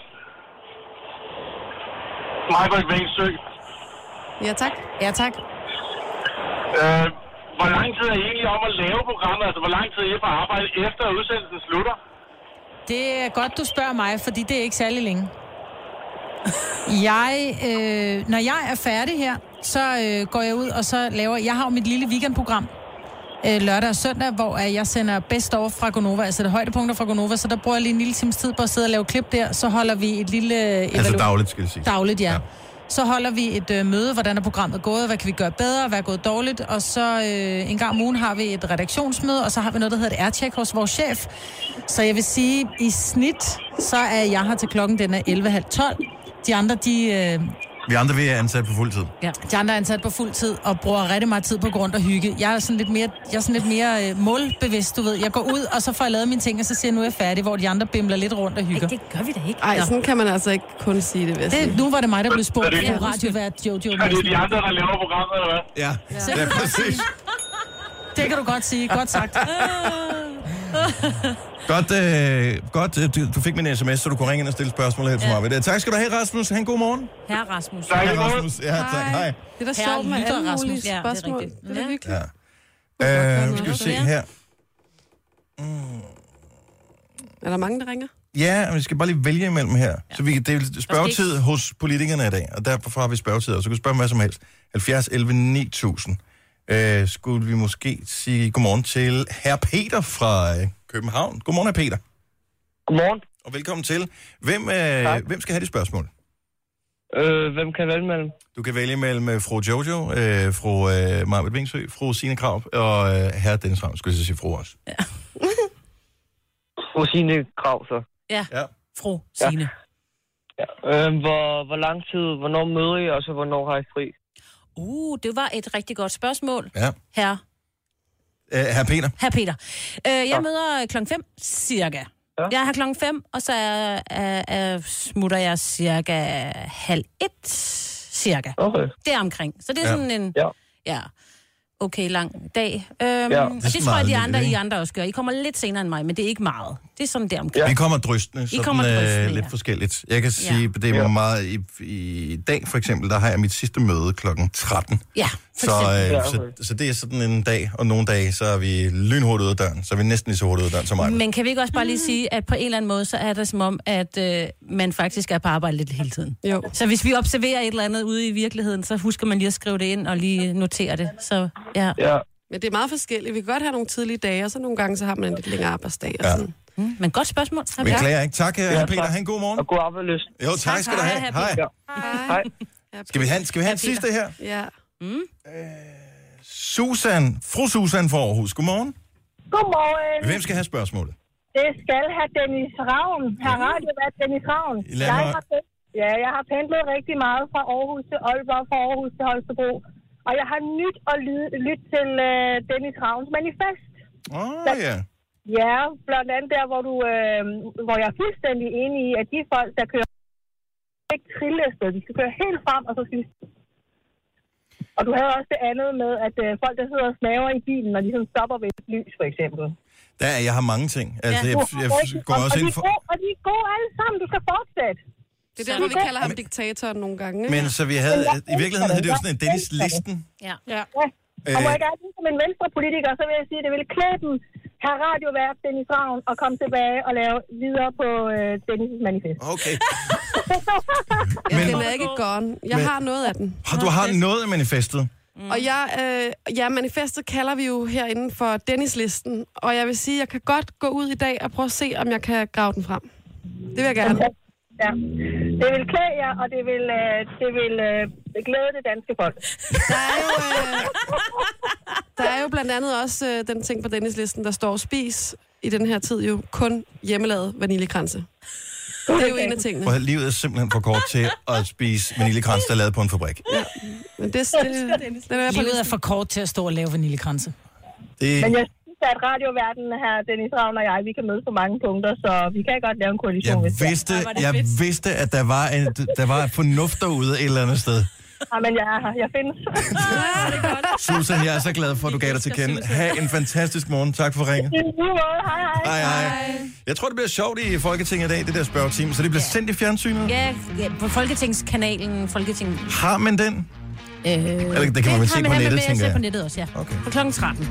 [SPEAKER 13] Maj-Britt Vingsø.
[SPEAKER 2] Ja, tak.
[SPEAKER 3] Ja, tak.
[SPEAKER 13] Hvor lang tid er I egentlig om at lave programmet? Altså, hvor lang tid er I på arbejde efter udsendelsen slutter?
[SPEAKER 3] Det er godt, du spørger mig, fordi det er ikke særlig længe. Når jeg er færdig her, så går jeg ud, og så laver... Jeg har jo mit lille weekendprogram lørdag og søndag, hvor jeg sender best of fra Gonova, altså det højdepunkter fra Gonova, så der bruger jeg lige en lille times tid på at sidde og lave klip der, så holder vi et lille...
[SPEAKER 1] Altså dagligt, skal det sige.
[SPEAKER 3] Dagligt, ja. Så holder vi et møde, hvordan er programmet gået, hvad kan vi gøre bedre, hvad er gået dårligt, og så en gang om ugen har vi et redaktionsmøde, og så har vi noget, der hedder et aircheck hos vores chef. Så jeg vil sige, i snit, så er jeg her til klokken, den er 11:30. De andre,
[SPEAKER 1] Vi andre, vi er ansat på fuld tid.
[SPEAKER 3] Ja, de andre er ansat på fuld tid, og bruger rigtig meget tid på grund af hygge. Jeg er sådan lidt mere målbevidst, du ved. Jeg går ud, og så får jeg lavet mine ting, og så siger jeg, nu er jeg færdig, hvor de andre bimler lidt rundt og hygger.
[SPEAKER 4] Det gør vi da ikke.
[SPEAKER 2] Ej, sådan kan man altså ikke kun sige det, vil jeg
[SPEAKER 3] Nu var det mig, der blev spurgt på radiovært Jojo.
[SPEAKER 13] Er det de andre, der laver programmet, eller hvad?
[SPEAKER 1] Ja, præcis.
[SPEAKER 3] Det kan du godt sige. Godt sagt.
[SPEAKER 1] Godt, du fik min sms, så du kunne ringe ind og stille spørgsmål her til mig. Tak skal du have, Rasmus. Ha' en god morgen.
[SPEAKER 4] Herre Rasmus.
[SPEAKER 1] Hej, Rasmus. Ja, tak. Hej.
[SPEAKER 2] Det er da sjovt med alle mulige spørgsmål. Det er hyggeligt.
[SPEAKER 1] Ja. Skal vi se her.
[SPEAKER 2] Er der mange, der ringer?
[SPEAKER 1] Ja, vi skal bare lige vælge imellem her. Ja. Så det er spørgetid hos politikerne i dag, og derfor har vi spørgetid, og så kan vi spørge hvad som helst. 70 11 9000. Skulle vi måske sige godmorgen til hr. Peter fra København. Godmorgen, hr. Peter.
[SPEAKER 14] Godmorgen.
[SPEAKER 1] Og velkommen til. Hvem skal have de spørgsmål?
[SPEAKER 14] Hvem kan jeg vælge mellem?
[SPEAKER 1] Du kan vælge mellem fru Jojo, fru Maj-Brit Vingsø, fru Signe Krarup og herre Dennis Ravn. Skulle jeg sige fru også?
[SPEAKER 4] Ja.
[SPEAKER 14] Fru Signe Krarup, så.
[SPEAKER 4] Ja, fru Signe.
[SPEAKER 14] Ja. Hvor lang tid, hvornår møder I, og så hvornår har I fri?
[SPEAKER 4] Det var et rigtig godt spørgsmål.
[SPEAKER 1] Ja.
[SPEAKER 4] Herre
[SPEAKER 1] Peter.
[SPEAKER 4] Herre Peter. Jeg møder klokken 5, cirka. Ja. Jeg er her klokken 5, og så smutter jeg cirka 12:30, cirka.
[SPEAKER 14] Okay.
[SPEAKER 4] Det er omkring. Så det er sådan en... Ja. Okay, lang dag. Og det tror jeg, I andre også gør. I kommer lidt senere end mig, men det er ikke meget. Det er sådan der omkring.
[SPEAKER 1] Vi kommer drystende, lidt forskelligt. Jeg kan sige, det er meget... I dag, for eksempel, der har jeg mit sidste møde klokken 13.
[SPEAKER 4] Ja,
[SPEAKER 1] så det er sådan en dag, og nogle dage, så er vi lynhurtigt ud af døren. Så er vi næsten lige så hurtigt ud af døren som mig.
[SPEAKER 4] Men kan vi ikke også bare lige sige, at på en eller anden måde, så er det som om, at man faktisk er på arbejde lidt hele tiden.
[SPEAKER 2] Jo.
[SPEAKER 4] Så hvis vi observerer et eller andet ude i virkeligheden, så husker man lige at skrive det ind og lige notere det. Så ja.
[SPEAKER 2] Men det er meget forskelligt. Vi kan godt have nogle tidlige dage, og så nogle gange, så har man en lidt længere arbejdsdag. Og sådan.
[SPEAKER 4] Men godt spørgsmål.
[SPEAKER 1] Vi klager ikke. Tak, Peter. Ha' en god morgen.
[SPEAKER 14] Og god arbejdslyst.
[SPEAKER 1] Jo, tak skal du have. Hej.
[SPEAKER 14] Hej.
[SPEAKER 1] Skal vi have en sidste her?
[SPEAKER 2] Ja.
[SPEAKER 1] Fru Susan fra Aarhus. Godmorgen.
[SPEAKER 15] Godmorgen.
[SPEAKER 1] Hvem skal have spørgsmålet?
[SPEAKER 15] Det skal have Dennis Ravn. Radiovært Dennis Ravn. Jeg har pendlet rigtig meget fra Aarhus til Aalborg, fra Aarhus til Holstebro. Og jeg har nyt at lytte til Dennis Ravns manifest. Ja, blandt andet der, hvor jeg er fuldstændig enig i, at de folk, der kører ikke trille afsted, de skal køre helt frem, og så skal de... Og du havde også det andet med, at folk, der sidder og snaver i bilen, når de sådan stopper ved et lys, for eksempel.
[SPEAKER 1] Jeg har mange ting. Altså, jeg går også ind for...
[SPEAKER 15] Og de er gode alle sammen, du skal fortsætte.
[SPEAKER 2] Det er der, vi kalder ham diktatoren nogle gange. Ikke?
[SPEAKER 1] Men så vi havde... I virkeligheden havde det jo sådan en Dennis-listen.
[SPEAKER 4] Ja.
[SPEAKER 15] Og må jeg gerne som en venstrepolitiker, så vil jeg sige, at det ville klæde dem, her radiovært Dennis Ravn, og komme tilbage og lave videre på Dennis' manifest.
[SPEAKER 1] Okay.
[SPEAKER 2] Den er ikke gone. Jeg har noget af den.
[SPEAKER 1] Du har noget af manifestet?
[SPEAKER 2] Og manifestet kalder vi jo herinde for Dennis-listen. Og jeg vil sige, at jeg kan godt gå ud i dag og prøve at se, om jeg kan grave den frem. Det vil jeg gerne.
[SPEAKER 15] Ja. Det vil klæde jer, og det vil glæde det danske folk.
[SPEAKER 2] Der er jo blandt andet også den ting på Dennis-listen, der står spis i den her tid jo kun hjemmelavet vaniljekranse. Det er jo en af tingene.
[SPEAKER 1] For livet er simpelthen for kort til at spise vaniljekranse, der er lavet på en fabrik.
[SPEAKER 2] Ja, men det
[SPEAKER 3] livet er for kort til at stå og lave vaniljekranse.
[SPEAKER 15] Men jeg synes, at radioverden her, Dennis Ravn og jeg, vi kan mødes på mange punkter, så vi kan godt lave en koalition.
[SPEAKER 1] Jeg vidste, at der var fornuft derude et eller andet sted.
[SPEAKER 15] Men jeg findes.
[SPEAKER 1] Susan, jeg er så glad for, at du gav dig til kende. Ha' en fantastisk morgen. Tak for ringet. Hej. Jeg tror, det bliver sjovt i Folketinget i dag, det der spørgetime. Så det bliver sendt i fjernsynet?
[SPEAKER 4] Ja, på Folketingskanalen.
[SPEAKER 1] Har man den? Eller det kan man vel se på nettet, tænker jeg.
[SPEAKER 4] På nettet også, ja. Okay. På klokken 13.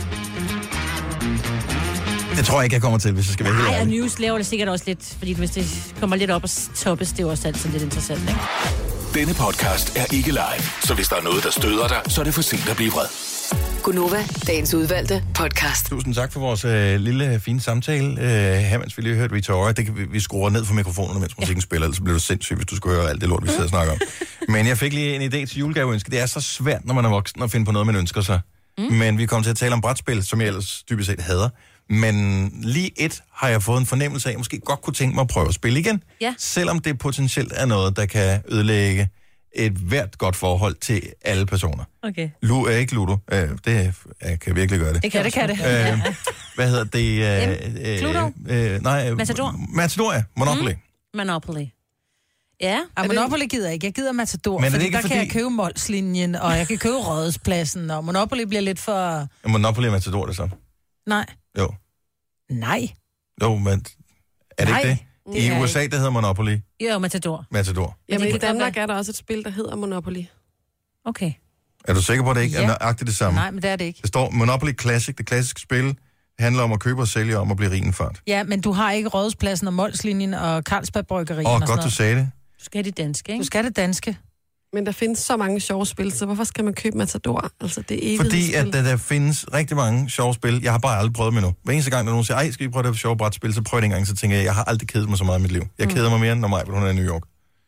[SPEAKER 1] Det tror jeg ikke, jeg kommer til, hvis jeg skal være helt ærlig.
[SPEAKER 4] News laver det sikkert også lidt, fordi hvis det kommer lidt op og toppes, det er også altid lidt interessant, ikke?
[SPEAKER 6] Denne podcast er ikke live, så hvis der er noget, der støder dig, så er det for sent at blive vred.
[SPEAKER 5] Gunova, dagens udvalgte podcast.
[SPEAKER 1] Tusind tak for vores lille, fine samtale. Her, mens vi lige hørte Rita Ora, vi skruer ned for mikrofonerne, mens musikken spiller, ellers bliver du sindssygt, hvis du skal høre alt det lort, vi sidder og snakker om. Men jeg fik lige en idé til julegaveønske. Det er så svært, når man er voksen, at finde på noget, man ønsker sig. Men vi kom til at tale om brætspil, som jeg ellers typisk set hader. Men lige har jeg fået en fornemmelse af, at jeg måske godt kunne tænke mig at prøve at spille igen.
[SPEAKER 4] Ja.
[SPEAKER 1] Selvom det potentielt er noget, der kan ødelægge et hvert godt forhold til alle personer.
[SPEAKER 4] Okay.
[SPEAKER 1] Ikke Ludo. Det kan virkelig gøre det.
[SPEAKER 4] Det kan det.
[SPEAKER 1] Hvad hedder det?
[SPEAKER 4] Pluto?
[SPEAKER 1] Nej. Matador, ja. Monopoly.
[SPEAKER 4] Monopoly. Ja.
[SPEAKER 3] Monopoly gider jeg ikke. Jeg gider Matador,
[SPEAKER 1] men
[SPEAKER 3] fordi kan jeg købe Molslinjen, og jeg kan købe Rådhuspladsen, og Monopoly bliver lidt for...
[SPEAKER 1] Monopoly og Matador, det så?
[SPEAKER 3] Nej.
[SPEAKER 1] Jo.
[SPEAKER 3] Nej.
[SPEAKER 1] Jo, men er det ikke det? I USA, der hedder Monopoly.
[SPEAKER 4] Jo, Matador.
[SPEAKER 2] Jamen, i Danmark er der også et spil, der hedder Monopoly.
[SPEAKER 4] Okay.
[SPEAKER 1] Er du sikker på, at det ikke er nøjagtigt det samme?
[SPEAKER 3] Nej, men det er det ikke.
[SPEAKER 1] Det står Monopoly Classic, det klassiske spil, handler om at købe og sælge om at blive rig en fart.
[SPEAKER 3] Ja, men du har ikke Rådhuspladsen og Molslinjen og Carlsberg-bryggerien og sådan
[SPEAKER 1] godt, du sagde det.
[SPEAKER 4] Du skal have det danske, ikke?
[SPEAKER 3] Du skal det danske.
[SPEAKER 2] Men der findes så mange sjove spil, så hvorfor skal man købe Matador? Altså, det er
[SPEAKER 1] fordi at der findes rigtig mange sjove spil. Jeg har bare aldrig prøvet dem endnu. Hver eneste gang, når nogen siger, ej, skal vi prøve det sjove brætspil, så prøver jeg det en gang, så tænker jeg har aldrig kedet mig så meget i mit liv. Jeg keder mig mere, end når hun er i New York.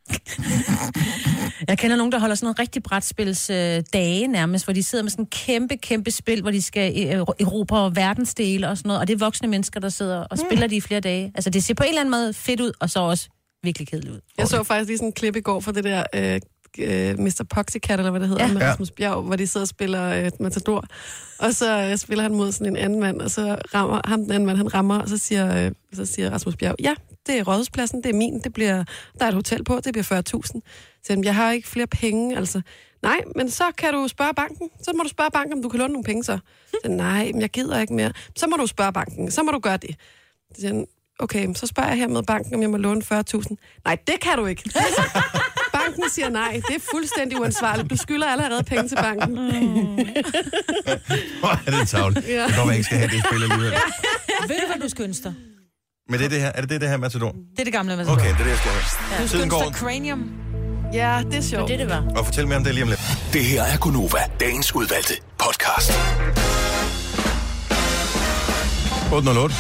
[SPEAKER 4] Jeg kender nogen, der holder sådan nogle rigtig brætspilsdage nærmest, hvor de sidder med sådan en kæmpe spil, hvor de skal erobre verdensdele og sådan noget, og det er voksne mennesker, der sidder og spiller de i flere dage. Altså, det ser på en eller anden måde fedt ud, og så også virkelig kedeligt ud.
[SPEAKER 2] Jeg så faktisk lige sådan en klip i går fra det der Mr. Poxycat, eller hvad det hedder, med Rasmus Bjerg, hvor de sidder og spiller Matador, og så spiller han mod sådan en anden mand, og så rammer ham den anden mand, han rammer, og så siger Rasmus Bjerg, ja, det er Rådhuspladsen, det er min, der er et hotel på, det bliver 40.000. Så jeg har ikke flere penge, altså. Nej, men så kan du spørge banken. Så må du spørge banken, om du kan låne nogle penge så. Nej, men jeg gider ikke mere. Så må du spørge banken, så må du gøre det. Så siger han, okay, så spørger jeg her med banken, om jeg må låne 40.000. Nej, det kan du ikke. Banken siger nej. Det er fuldstændig uansvarligt. Du skylder allerede penge til banken.
[SPEAKER 1] Hvor er det tavligt. Det kan godt være, jeg ikke skal have det spil alligevel.
[SPEAKER 3] Ved du, hvad du skal ønske dig?
[SPEAKER 1] Men det her, er det her Matador?
[SPEAKER 3] Det er det gamle Matador.
[SPEAKER 1] Okay, det er det, jeg skal have.
[SPEAKER 3] Du skal ønske dig Cranium.
[SPEAKER 2] Ja, det er sjovt.
[SPEAKER 4] Det var.
[SPEAKER 1] Og fortæl mere om det lige om lidt.
[SPEAKER 6] Det her er Gonova, dagens udvalgte podcast.
[SPEAKER 1] 808.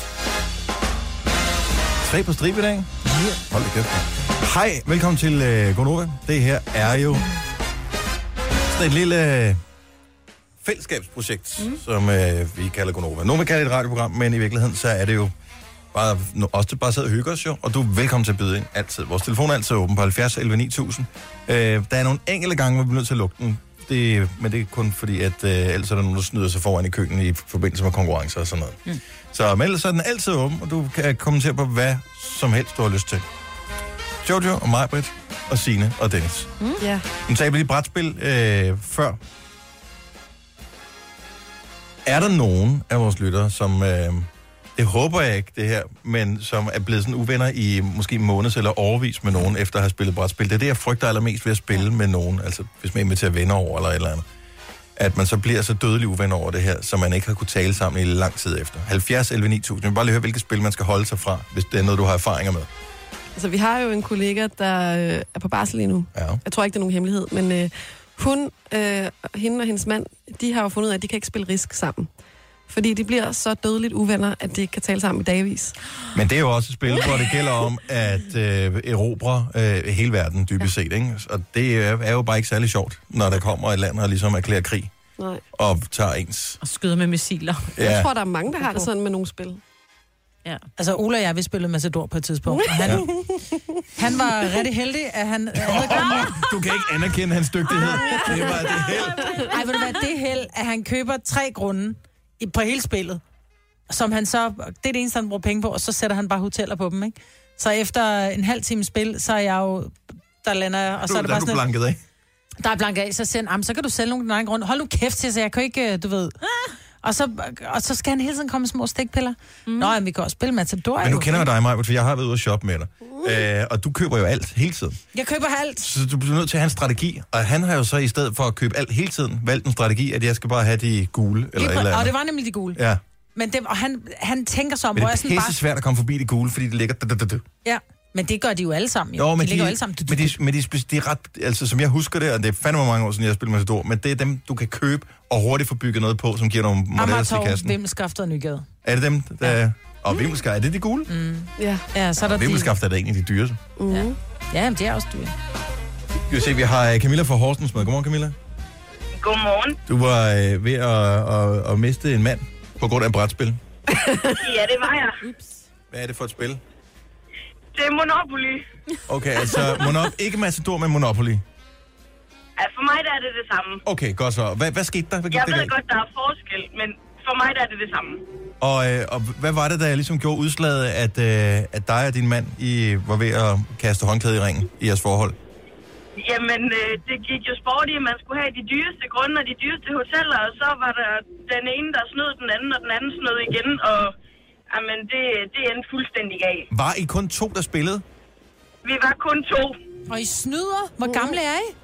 [SPEAKER 1] 3 på stribe i dag. Hold da kæft. Hej, velkommen til Gonova. Det her er jo sådan et lille fællesskabsprojekt, som vi kalder Gonova. Nogle vil kalde det et radioprogram, men i virkeligheden så er det jo bare os, der bare sidder og hygger os jo, og du er velkommen til at byde ind altid. Vores telefon er altid åben på 70 11 9000. Der er nogle enkelte gange, hvor vi bliver nødt til at lukke den. Men det er kun fordi, at ellers er der nogen, der snyder sig foran i køen i forbindelse med konkurrencer og sådan noget. Så men ellers er den altid åben, og du kan kommentere på hvad som helst, du har lyst til. Jojo og Majbrit og Signe og Dennis.
[SPEAKER 2] Ja.
[SPEAKER 1] Nu tager vi lige brætspil før. Er der nogen af vores lyttere, som... det håber jeg ikke, det her, men som er blevet sådan uvenner i måske måneds eller overvis med nogen, efter at have spillet brætspil. Det er det, jeg frygter allermest ved at spille med nogen. Altså, hvis man er med til at vende over eller et eller andet. At man så bliver så dødelig uven over det her, så man ikke har kunne tale sammen i lang tid efter. 70 11 9000. Jeg vil bare lige høre, hvilket spil man skal holde sig fra, hvis det er noget, du har erfaringer med.
[SPEAKER 2] Altså, vi har jo en kollega, der er på barsel lige nu.
[SPEAKER 1] Ja.
[SPEAKER 2] Jeg tror ikke, det er nogen hemmelighed, men hende og hendes mand, de har jo fundet ud af, at de kan ikke spille Risk sammen. Fordi de bliver så dødeligt uvenner, at de ikke kan tale sammen i dagvis.
[SPEAKER 1] Men det er jo også et spil, hvor det gælder om at erobre hele verden, dybest set. Ikke? Og det er jo bare ikke særlig sjovt, når der kommer et land og ligesom erklærer krig.
[SPEAKER 2] Nej.
[SPEAKER 1] Og tager ens.
[SPEAKER 4] Og skyder med missiler.
[SPEAKER 2] Ja. Jeg tror, der er mange, der har det sådan med nogle spil.
[SPEAKER 3] Ja. Altså, Ola og jeg, vi spillede Matador på et tidspunkt. Og han var rigtig heldig, at han...
[SPEAKER 1] Du kan ikke anerkende hans dygtighed. Det var det held.
[SPEAKER 3] Ej, ved du hvad, det held, at han køber 3 grunde på hele spillet, som han så... Det er det eneste, han bruger penge på, og så sætter han bare hoteller på dem, ikke? Så efter en halv time spil, så er jeg jo... Der lander jeg, og så er det bare sådan...
[SPEAKER 1] blanket af?
[SPEAKER 3] Der er blanket af, så siger så kan du sælge nogle af grund. Hold nu kæft til, så jeg kan ikke, du ved... Og så skal han hele tiden komme med små stikpiller. Nå, men vi kan også spille Matador.
[SPEAKER 1] Men du kender jo dig, Maja, for jeg har været ude at shoppe med dig. Og du køber jo alt hele tiden.
[SPEAKER 3] Jeg køber alt.
[SPEAKER 1] Så du bliver nødt til at have en strategi. Og han har jo så i stedet for at købe alt hele tiden, valgt en strategi, at jeg skal bare have de gule. Eller eller andet.
[SPEAKER 3] Og det var nemlig de gule.
[SPEAKER 1] Ja.
[SPEAKER 3] Men og han tænker så om,
[SPEAKER 1] hvor jeg sådan bare... Men det er svært at komme forbi de gule, fordi det ligger...
[SPEAKER 3] Ja. Men det gør de jo alle sammen.
[SPEAKER 1] Jo, men
[SPEAKER 3] de ligger jo alle sammen.
[SPEAKER 1] Men de er ret... Altså, som jeg husker det, og det er fandme mange år siden, jeg har spillet Matador, men det er dem, du kan købe og hurtigt få bygget noget på, som giver nogle modeller til kassen.
[SPEAKER 3] Vimmelskaftet og Nygade.
[SPEAKER 1] Er det dem, der... Ja. Og Vimmelskaftet, er det de gule?
[SPEAKER 3] Ja, så er der
[SPEAKER 1] Vimmelskaftet er da en af de dyreste.
[SPEAKER 3] Ja, men det er også dyre.
[SPEAKER 1] Vi se, vi har Camilla fra Horsens med. Godmorgen, Camilla.
[SPEAKER 10] Godmorgen.
[SPEAKER 1] Du var ved at miste en mand på grund af et brætspil.
[SPEAKER 10] Ja, det var jeg.
[SPEAKER 1] Hvad er det for et spil?
[SPEAKER 10] Det er Monopoly.
[SPEAKER 1] Okay, altså ikke Matador, men Monopoly.
[SPEAKER 10] Ja, for mig der er det det samme.
[SPEAKER 1] Okay, godt så. Hvad skete der?
[SPEAKER 10] Jeg ved godt, der er forskel, men for mig der er det det samme.
[SPEAKER 1] Og hvad var det, der ligesom gjorde udslaget, at dig og din mand var ved at kaste håndklæde i ringen i jeres forhold?
[SPEAKER 10] Jamen, det gik jo sport i, at man skulle have de dyreste grunde og de dyreste hoteller, og så var der den ene, der snød den anden, og den anden snød igen, og Jamen, det endte fuldstændig galt.
[SPEAKER 1] Var I kun 2, der spillede?
[SPEAKER 10] Vi var kun 2.
[SPEAKER 3] Og I snyder? Hvor gamle er I?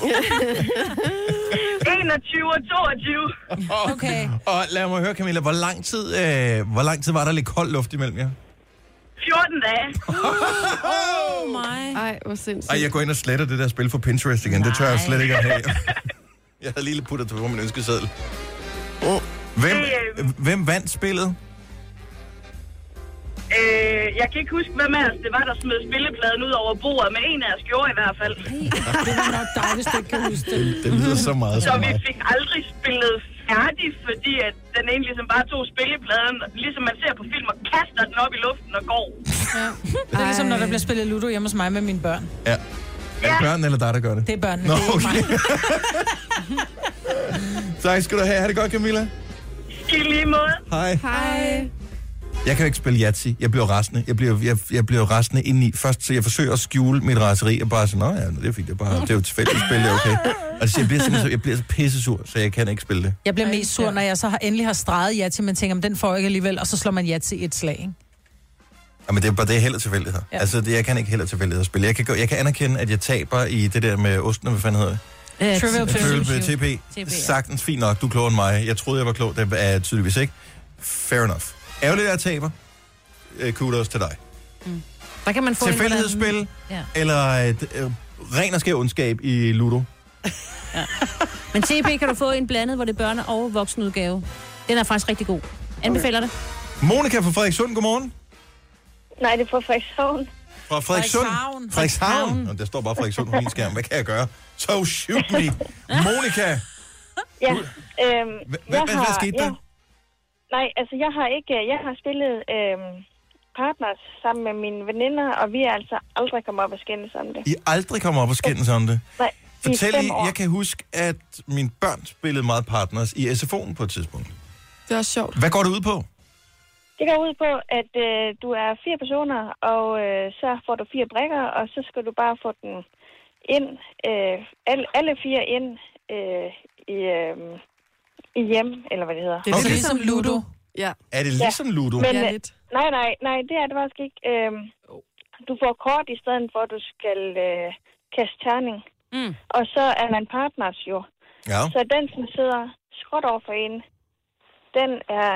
[SPEAKER 10] 21 og 22.
[SPEAKER 3] Okay.
[SPEAKER 1] Og lad mig høre, Camilla, hvor lang tid var der lidt kold luft imellem jer?
[SPEAKER 10] 14 dage.
[SPEAKER 4] Oh my.
[SPEAKER 2] Ej, hvor sindssygt.
[SPEAKER 1] Jeg går ind og sletter det der spil for Pinterest igen. Det tør jeg slet ikke at have. Jeg havde lige puttet på min ønskeseddel. Hvem vandt spillet?
[SPEAKER 10] Jeg kan ikke huske, hvem af os det var, der smed spillepladen ud over bordet, men en af os gjorde i hvert fald.
[SPEAKER 3] Det var nok dig, hvis du ikke kan huske det.
[SPEAKER 1] Det lyder så meget.
[SPEAKER 10] Så vi fik aldrig spillet færdigt, fordi at den ene ligesom bare tog spillepladen, ligesom man ser på film, og kaster den op i luften og går.
[SPEAKER 3] Ja. Det er ligesom, når der bliver spillet Ludo hjemme hos mig med mine børn.
[SPEAKER 1] Ja. Er det børnene eller dig, der gør det?
[SPEAKER 3] Det er børnene,
[SPEAKER 1] Nå,
[SPEAKER 3] det er
[SPEAKER 1] okay.
[SPEAKER 3] mig.
[SPEAKER 1] Tak skal du have. Ha' det godt, Camilla.
[SPEAKER 10] I lige måde.
[SPEAKER 1] Hej.
[SPEAKER 2] Hej.
[SPEAKER 1] Jeg kan jo ikke spille Yahtzee. Jeg bliver rasende. Jeg bliver rasende indeni. Først så jeg forsøger at skjule mit raseri, og bare sådan, nå ja, det er fint. Det er jo tilfældigt at spille, det er okay. Altså, jeg bliver så pissesur, så jeg kan ikke spille det.
[SPEAKER 3] Jeg bliver mest sur, når jeg så endelig har streget Yahtzee, men tænker, den får jeg ikke alligevel, og så slår man Yahtzee i et slag, ikke?
[SPEAKER 1] Jamen, det er heller tilfældighed. Ja. Altså, jeg kan ikke heller tilfældighed at spille. Jeg kan anerkende, at jeg taber i det der med osten, hvad fanden hedder det? Trivial TP. Sagtens fint nok, du er klogere end mig. Jeg troede, jeg var klog, det er tydeligvis ikke. Fair enough. Ærgerligt, at jeg taber. Kudos til dig.
[SPEAKER 4] Der kan man få
[SPEAKER 1] tilfældighedsspil, eller ren og skæv ondskab i Ludo.
[SPEAKER 4] Ja. Men TP kan du få en blandet, hvor det er børne- og voksenudgave. Den er faktisk rigtig god. Anbefaler det.
[SPEAKER 1] Monika fra Frederikssund, godmorgen.
[SPEAKER 15] Nej, det er fra Frederikshavn.
[SPEAKER 1] Fra Frederikssund? Frederikshavn. Der står bare Frederikssund på min skærm. Hvad kan jeg gøre? So shoot me. Monika.
[SPEAKER 15] Ja.
[SPEAKER 1] Hvad skete der?
[SPEAKER 15] Nej, altså jeg har spillet partners sammen med mine veninder, og vi er altså aldrig kommet op og skændes om det.
[SPEAKER 1] I aldrig kommer op og skændes om det?
[SPEAKER 15] Nej,
[SPEAKER 1] fortæl I, jeg kan huske, at mine børn spillede meget partners i SFO'en på et tidspunkt.
[SPEAKER 2] Det er også sjovt.
[SPEAKER 1] Hvad går det ud på?
[SPEAKER 15] Det går ud på, at du er 4 personer, og så får du 4 brikker, og så skal du bare få den ind, alle 4 ind i hjem, eller hvad det hedder.
[SPEAKER 3] Det er ligesom Ludo.
[SPEAKER 2] Ja.
[SPEAKER 1] Er det ligesom Ludo?
[SPEAKER 15] Men, nej, det er det faktisk ikke. Du får kort i stedet for, at du skal kaste terning. Og så er man partners jo.
[SPEAKER 1] Ja.
[SPEAKER 15] Så den, som sidder skråt over for en, den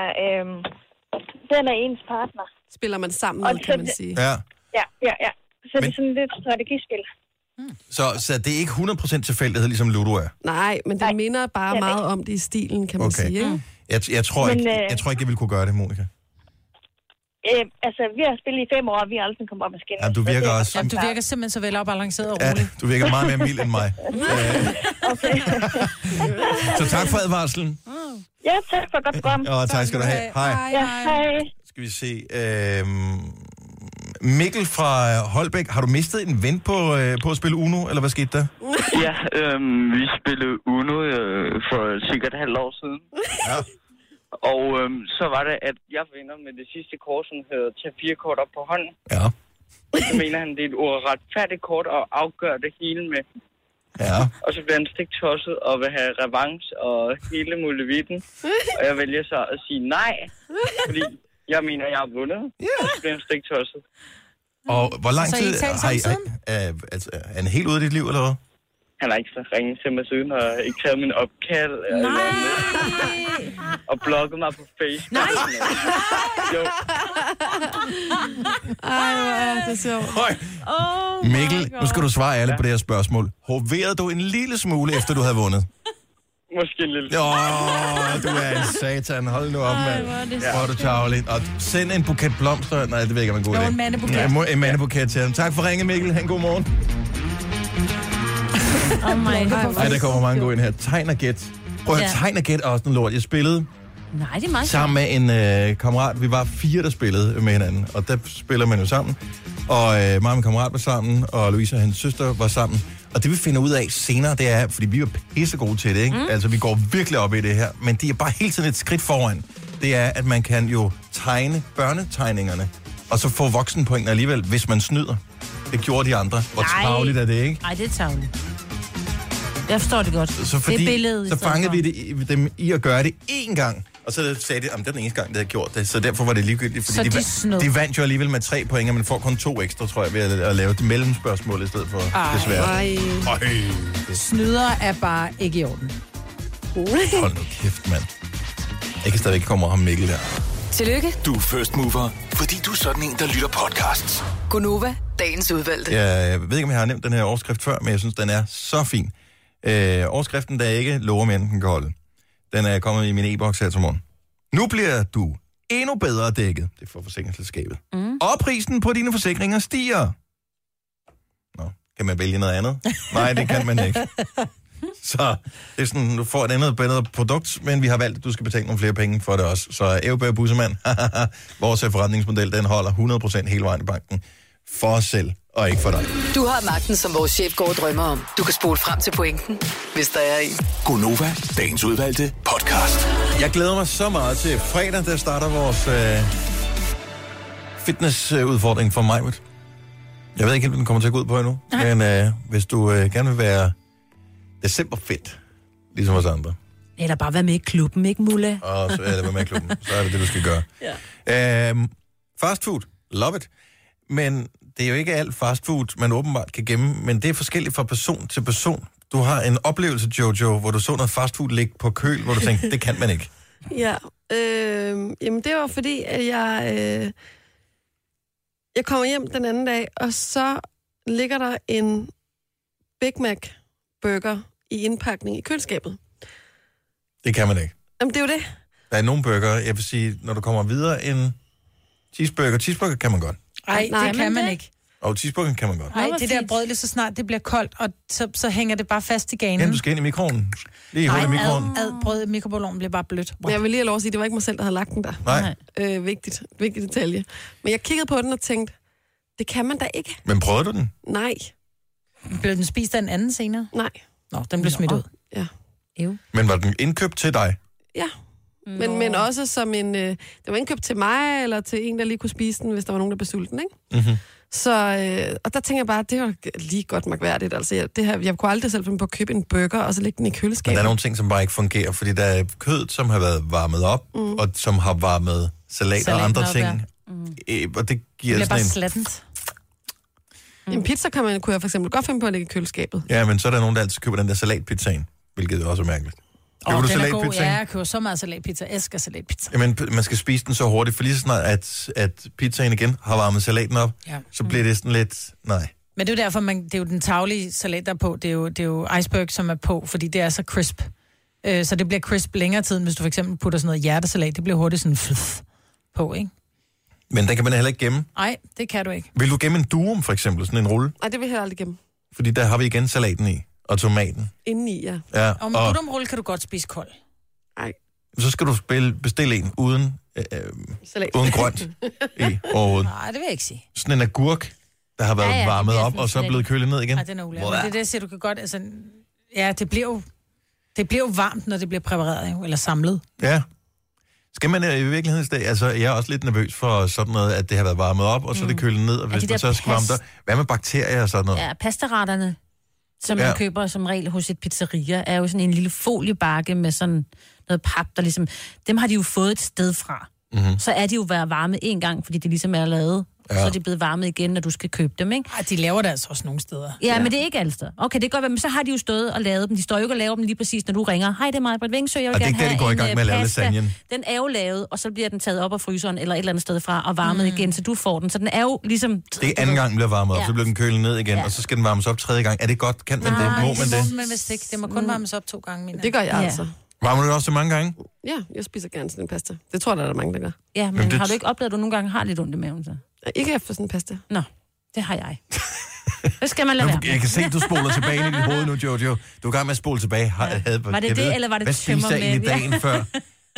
[SPEAKER 15] er ens partner.
[SPEAKER 2] Spiller man sammen med, kan man sige.
[SPEAKER 1] Ja.
[SPEAKER 15] Ja. Så det er sådan lidt strategispil.
[SPEAKER 1] Så det er ikke 100% tilfældighed, ligesom Ludo er?
[SPEAKER 2] Nej, men det minder bare meget om det i stilen, kan man sige. Ikke?
[SPEAKER 1] Jeg tror ikke, jeg ville kunne gøre det, Monika.
[SPEAKER 15] Altså, vi har spillet i 5 år, og vi har aldrig kommet op og skændes.
[SPEAKER 1] Jamen, du virker også...
[SPEAKER 3] Jamen, du virker simpelthen så velafbalanceret og rolig.
[SPEAKER 1] Ja, du virker meget mere mild end mig.
[SPEAKER 15] Okay.
[SPEAKER 1] Så tak for advarslen.
[SPEAKER 15] Ja, tak for et godt program.
[SPEAKER 1] Og tak skal du have. Hej.
[SPEAKER 15] Ja, hej.
[SPEAKER 1] Skal vi se... Mikkel fra Holbæk, har du mistet en ven på at spille Uno, eller hvad skete der?
[SPEAKER 14] Ja, vi spillede Uno for sikkert et halvt år siden.
[SPEAKER 1] Ja.
[SPEAKER 14] Og så var det, at jeg vinder med det sidste kort, som hedder tage 4 kort op på hånden.
[SPEAKER 1] Ja.
[SPEAKER 14] Så mener han, det er et uretfærdigt kort og afgør det hele med.
[SPEAKER 1] Ja.
[SPEAKER 14] Og så bliver han stiktosset og vil have revanche og hele muligheden. Og jeg vælger så at sige nej, fordi jeg mener, jeg har vundet.
[SPEAKER 1] Yeah.
[SPEAKER 14] Og så bliver han stiktosset.
[SPEAKER 1] Og hvor lang tid
[SPEAKER 3] har I
[SPEAKER 1] er han helt ude af dit liv, eller hvad?
[SPEAKER 14] Han har ikke så ringet til mig siden, og ikke taget min opkald. Og blokket mig på Facebook.
[SPEAKER 3] Nej!
[SPEAKER 14] Jo.
[SPEAKER 2] Ej, det er sjovt.
[SPEAKER 1] Mikkel, nu skal du svare alle på det her spørgsmål. Hoverede du en lille smule, efter du havde vundet?
[SPEAKER 14] Måske en lille.
[SPEAKER 1] Du er en satan. Hold nu op, mand. Hvor er du tavlig. Og send en buket blomster. Nej, det ved jeg ikke, om en god idé.
[SPEAKER 3] En mandebuket.
[SPEAKER 1] Ja, en mandebuket til ham. Tak for ringe, Mikkel. Ha' en god morgen. Ej, der kommer mange gode ind her. Tegn og gæt. Prøv at høre, tegn og gæt er også noget lort. Jeg spillede
[SPEAKER 4] Nej, det er meget
[SPEAKER 1] sammen med en kammerat. Vi var 4, der spillede med hinanden. Og der spiller man jo sammen. Og mig og min kammerat var sammen. Og Louise og hendes søster var sammen. Og det vi finder ud af senere, det er, fordi vi er pissegode til det, ikke? Altså, vi går virkelig op i det her. Men de er bare hele tiden et skridt foran. Det er, at man kan jo tegne børnetegningerne. Og så få voksenpoint alligevel, hvis man snyder. Det gjorde de andre. Hvor tarveligt er det, ikke?
[SPEAKER 4] Nej, det er tarveligt. Jeg forstår det godt.
[SPEAKER 1] Så fordi,
[SPEAKER 4] det billede,
[SPEAKER 1] så fangede vi dem i at gøre det én gang. Og så sagde de, at det er den eneste gang, det havde gjort det, så derfor var det ligegyldigt, fordi
[SPEAKER 3] de
[SPEAKER 1] de vandt jo alligevel med 3 point, og man får kun 2 ekstra, tror jeg, ved at lave det mellemspørgsmål i stedet for desværre.
[SPEAKER 3] Snyder er bare ikke i orden.
[SPEAKER 1] Hold nu kæft, mand. Jeg kan stadig ikke komme over ham Mikkel der.
[SPEAKER 5] Tillykke.
[SPEAKER 6] Du er first mover, fordi du er sådan en, der lytter podcasts.
[SPEAKER 5] Gunova, dagens udvalgte.
[SPEAKER 1] Jeg ved ikke, om jeg har nævnt den her overskrift før, men jeg synes, den er så fin. Overskriften, der ikke lover mere, end den kan holde. Den er kommet i min e-boks her til morgen. Nu bliver du endnu bedre dækket. Det er for forsikringsselskabet. Og prisen på dine forsikringer stiger. Nå, kan man vælge noget andet? Nej, det kan man ikke. Så det er sådan, du får et andet bedre produkt, men vi har valgt, at du skal betale nogle flere penge for det også. Så Eubær Bussemand, vores forretningsmodel, den holder 100% hele vejen i banken. For os selv, og ikke for dig.
[SPEAKER 5] Du har magten, som vores chef går og drømmer om. Du kan spole frem til pointen, hvis der er en.
[SPEAKER 6] Gunova, dagens udvalgte podcast.
[SPEAKER 1] Jeg glæder mig så meget til fredag, der starter vores fitnessudfordring for mig. Jeg ved ikke helt, hvad den kommer til at gå ud på endnu. Men hvis du gerne vil være decemberfit, ligesom os andre.
[SPEAKER 4] Eller bare være med i klubben, ikke Mulle?
[SPEAKER 1] Og så er det med i klubben. Så er det det, du skal gøre. Fast food, love it. Men det er jo ikke alt fast food, man åbenbart kan gemme, men det er forskelligt fra person til person. Du har en oplevelse, Jojo, hvor du så noget fast food ligge på køl, hvor du tænkte, det kan man ikke.
[SPEAKER 2] Ja, jamen det var fordi, at jeg kommer hjem den anden dag, og så ligger der en Big Mac burger i indpakning i køleskabet.
[SPEAKER 1] Det kan man ikke.
[SPEAKER 2] Jamen det er jo det.
[SPEAKER 1] Der er nogle burger, jeg vil sige, når du kommer videre en cheeseburger kan man godt.
[SPEAKER 3] Nej, det kan man ikke.
[SPEAKER 1] Og cheeseburger kan man godt.
[SPEAKER 3] Nej, det der brød, lige så snart det bliver koldt, og så hænger det bare fast i ganen.
[SPEAKER 1] Ja, du skal ind i mikroovnen. Lige hold i mikroovnen.
[SPEAKER 3] Brød i mikroovnen bliver bare blødt.
[SPEAKER 2] Men jeg vil lige have lov at sige, det var ikke mig selv, der havde lagt den der.
[SPEAKER 1] Nej.
[SPEAKER 2] Vigtig detalje. Men jeg kiggede på den og tænkte, det kan man da ikke.
[SPEAKER 1] Men prøvede du den?
[SPEAKER 2] Nej.
[SPEAKER 3] Blev den spist af en anden senere?
[SPEAKER 2] Nej.
[SPEAKER 3] Nå, den blev smidt ud.
[SPEAKER 2] Ja.
[SPEAKER 1] Men var den indkøbt til dig?
[SPEAKER 2] Ja. Men også som en... det var indkøbt til mig, eller til en, der lige kunne spise den, hvis der var nogen, der blev sulten, ikke?
[SPEAKER 1] Mm-hmm.
[SPEAKER 2] Så, og der tænker jeg bare, det var lige godt mærkværdigt. Altså, jeg kunne aldrig selv finde på at købe en burger, og så lægge den i køleskabet.
[SPEAKER 1] Men der er nogle ting, som bare ikke fungerer, fordi der er kød, som har været varmet op, og som har varmet salat og andre ting. Og det giver
[SPEAKER 3] det
[SPEAKER 1] sådan
[SPEAKER 3] bare slattent.
[SPEAKER 2] En pizza kunne jeg for eksempel godt finde på at lægge i køleskabet.
[SPEAKER 1] Ja, men så er der nogen, der altid køber den der salatpizzaen, hvilket også er mærkeligt. Køber du salatpizzaen?
[SPEAKER 3] Ja, jeg køber så meget salatpizza. Jeg elsker salatpizza.
[SPEAKER 1] Jamen, man skal spise den så hurtigt, for lige så snart, at pizzaen igen har varmet salaten op, så bliver det sådan lidt... Nej.
[SPEAKER 3] Men det er jo derfor, det er jo den taglige salat, der er på. Det er jo iceberg, som er på, fordi det er så crisp. Så det bliver crisp længere tid, hvis du for eksempel putter sådan noget hjertesalat. Det bliver hurtigt sådan på, ikke?
[SPEAKER 1] Men den kan man heller ikke gemme.
[SPEAKER 3] Nej, det kan du ikke.
[SPEAKER 1] Vil du gemme en durum, for eksempel? Sådan en rulle?
[SPEAKER 2] Nej, det vil jeg aldrig gemme.
[SPEAKER 1] Fordi der har vi igen salaten i. Og tomaten.
[SPEAKER 2] Indeni, ja.
[SPEAKER 3] Og med budumrulle kan du godt spise kold.
[SPEAKER 2] Nej.
[SPEAKER 1] Så skal du bestille en uden grønt i overhovedet.
[SPEAKER 3] Nej, det vil jeg ikke sige.
[SPEAKER 1] Sådan en agurk, der har været varmet op, og så er blevet kølet ned igen.
[SPEAKER 3] Nej, den er ulækkert. Det er det, du kan godt... Altså, ja, det bliver jo varmt, når det bliver præpareret, jo, eller samlet.
[SPEAKER 1] Ja. Skal man i virkeligheden... Altså, jeg er også lidt nervøs for sådan noget, at det har været varmet op, og så er det kølet ned, og hvis man så skal varme der... Hvad med bakterier og sådan noget?
[SPEAKER 4] Ja, pastaretterne, som man køber som regel hos et pizzeria, er jo sådan en lille foliebakke med sådan noget pap, der ligesom... Dem har de jo fået et sted fra. Mm-hmm. Så er de jo været varmet en gang, fordi det ligesom er lavet. Ja. Så er de blevet varmet igen, når du skal købe dem, ikke?
[SPEAKER 3] Ej, de laver det altså også nogle steder.
[SPEAKER 4] Ja, men det er ikke alle steder. Okay, det kan godt være, men så har de jo stået og lavet dem. De står jo ikke og laver dem lige præcis, når du ringer. Hej, det er mig, Britt Vingsø, jeg vil gerne have en pasta. Og det er ikke der, de går i gang med at lave lasagnen. Den er jo lavet, og så bliver den taget op af fryseren eller et eller andet sted fra og varmet igen, så du får den. Så den er jo ligesom...
[SPEAKER 1] Det er anden gang, den bliver varmet op, så bliver den kølet ned igen, og så skal den varmes op tredje gang. Er det godt? Kan man det? Må man det?
[SPEAKER 3] Nej, men vist ikke. Det må kun varmes op 2 gange, Mina.
[SPEAKER 2] Det gør jeg altså.
[SPEAKER 1] Varmer du det også så mange gange?
[SPEAKER 2] Ja, jeg spiser gerne sådan en pasta. Det tror jeg, der er mange, der gør.
[SPEAKER 4] Ja, men har du ikke oplevet, at du nogle gange har lidt ondt i maven, så?
[SPEAKER 2] Ikke efter sådan en pasta.
[SPEAKER 4] Nå, det har jeg. Det skal man lade være.
[SPEAKER 1] Jeg kan se, at du spoler tilbage i dit hoved nu, Jojo. Du er i gang med at spole tilbage.
[SPEAKER 4] Var det det, eller var det tømmermænd?
[SPEAKER 1] Hvad spiste jeg egentlig dagen før?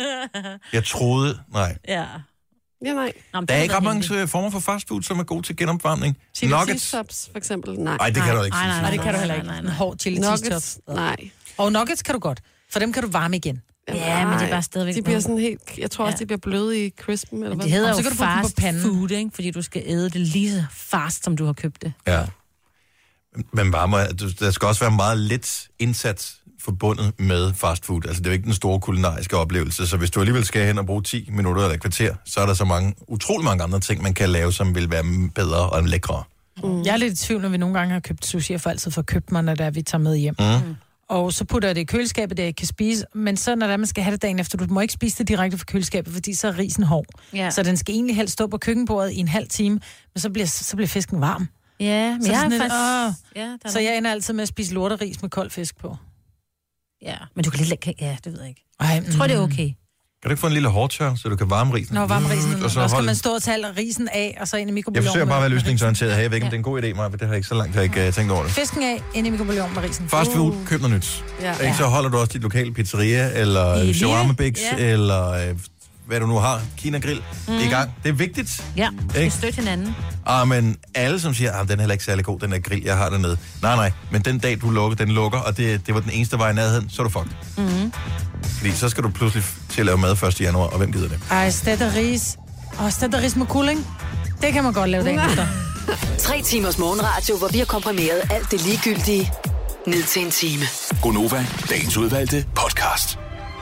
[SPEAKER 1] Jeg troede... Nej.
[SPEAKER 2] Ja, nej.
[SPEAKER 1] Der er ikke ret mange former for fastfood, som er gode til genopvarmning.
[SPEAKER 2] Chili cheese tops, for eksempel.
[SPEAKER 1] Nej, det kan du ikke.
[SPEAKER 3] Nej, det kan du heller ikke. En hård chili cheese tops.
[SPEAKER 2] Nej.
[SPEAKER 3] Og nuggets kan du godt, for dem kan du varme igen.
[SPEAKER 4] Ja, men det er bare stadigvæk...
[SPEAKER 2] De bliver sådan helt... Jeg tror også, de bliver bløde i crispen, eller hvad?
[SPEAKER 4] Det hedder jo fast food, ikke? Fordi du skal æde det lige så fast, som du har købt det.
[SPEAKER 1] Ja. Men der skal også være meget lidt indsats forbundet med fast food. Altså, det er jo ikke den store kulinariske oplevelse, så hvis du alligevel skal hen og bruge 10 minutter eller et kvarter, så er der så utrolig mange andre ting, man kan lave, som vil være bedre og lækre.
[SPEAKER 3] Jeg er lidt i tvivl, når vi nogle gange har købt sushi, og for altid får købt mig, når det er, vi tager med hjem. Og så putter jeg det i køleskabet, det jeg ikke kan spise. Men så når man skal have det dagen efter, du må ikke spise det direkte fra køleskabet, fordi så er risen hård. Ja. Så den skal egentlig helst stå på køkkenbordet i en halv time, men så bliver fisken varm.
[SPEAKER 4] Ja, men jeg har faktisk...
[SPEAKER 3] Så jeg ender altid med at spise lorteris med kold fisk på.
[SPEAKER 4] Ja, men du kan lidt... Ja, det ved jeg ikke. Jeg tror, det er okay.
[SPEAKER 1] Kan du ikke få en lille hårdtør, så du kan varme risen?
[SPEAKER 3] Varme risen. Og så skal man stå og tage risen af, og så ind i mikrobølgeovnen.
[SPEAKER 1] Jeg forsøger bare at være løsningsorienteret her. Jeg ved ikke, om det er en god idé, Maja, for det har jeg ikke så langt, jeg ikke tænkt over det.
[SPEAKER 3] Fisken af, ind i mikrobølgeovnen med risen.
[SPEAKER 1] Fast food, køb noget nyt. Ja. Så holder du også dit lokale pizzeria, eller shawarma Bix, eller hvad du nu har, Kina Grill, i gang. Det er vigtigt.
[SPEAKER 4] Ja, vi skal støtte hinanden.
[SPEAKER 1] Men alle, som siger, den er heller ikke særlig god, den der grill, jeg har dernede. Nej, men den dag, du lukker, den lukker, og det var den eneste vej i nærheden, så er du fucked. Fordi så skal du pludselig til at lave mad 1. januar, og hvem gider det?
[SPEAKER 3] Stæt ris med kulling. Det kan man godt lave dagen efter.
[SPEAKER 5] 3 timers morgenradio, hvor vi har komprimeret alt det ligegyldige ned til en time.
[SPEAKER 6] Gonova, dagens udvalgte podcast.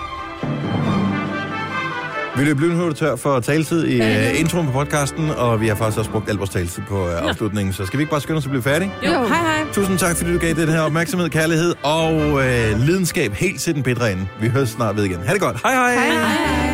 [SPEAKER 1] Vi løb lynhurtigt tør for taletid i introen på podcasten, og vi har faktisk også brugt al vores taletid på afslutningen. Så skal vi ikke bare skynde os at blive færdige?
[SPEAKER 3] Jo, hej.
[SPEAKER 1] Tusind tak, fordi du gav den her opmærksomhed, kærlighed og lidenskab helt til den bedre ende. Vi høres snart ved igen. Ha' det godt. Hej.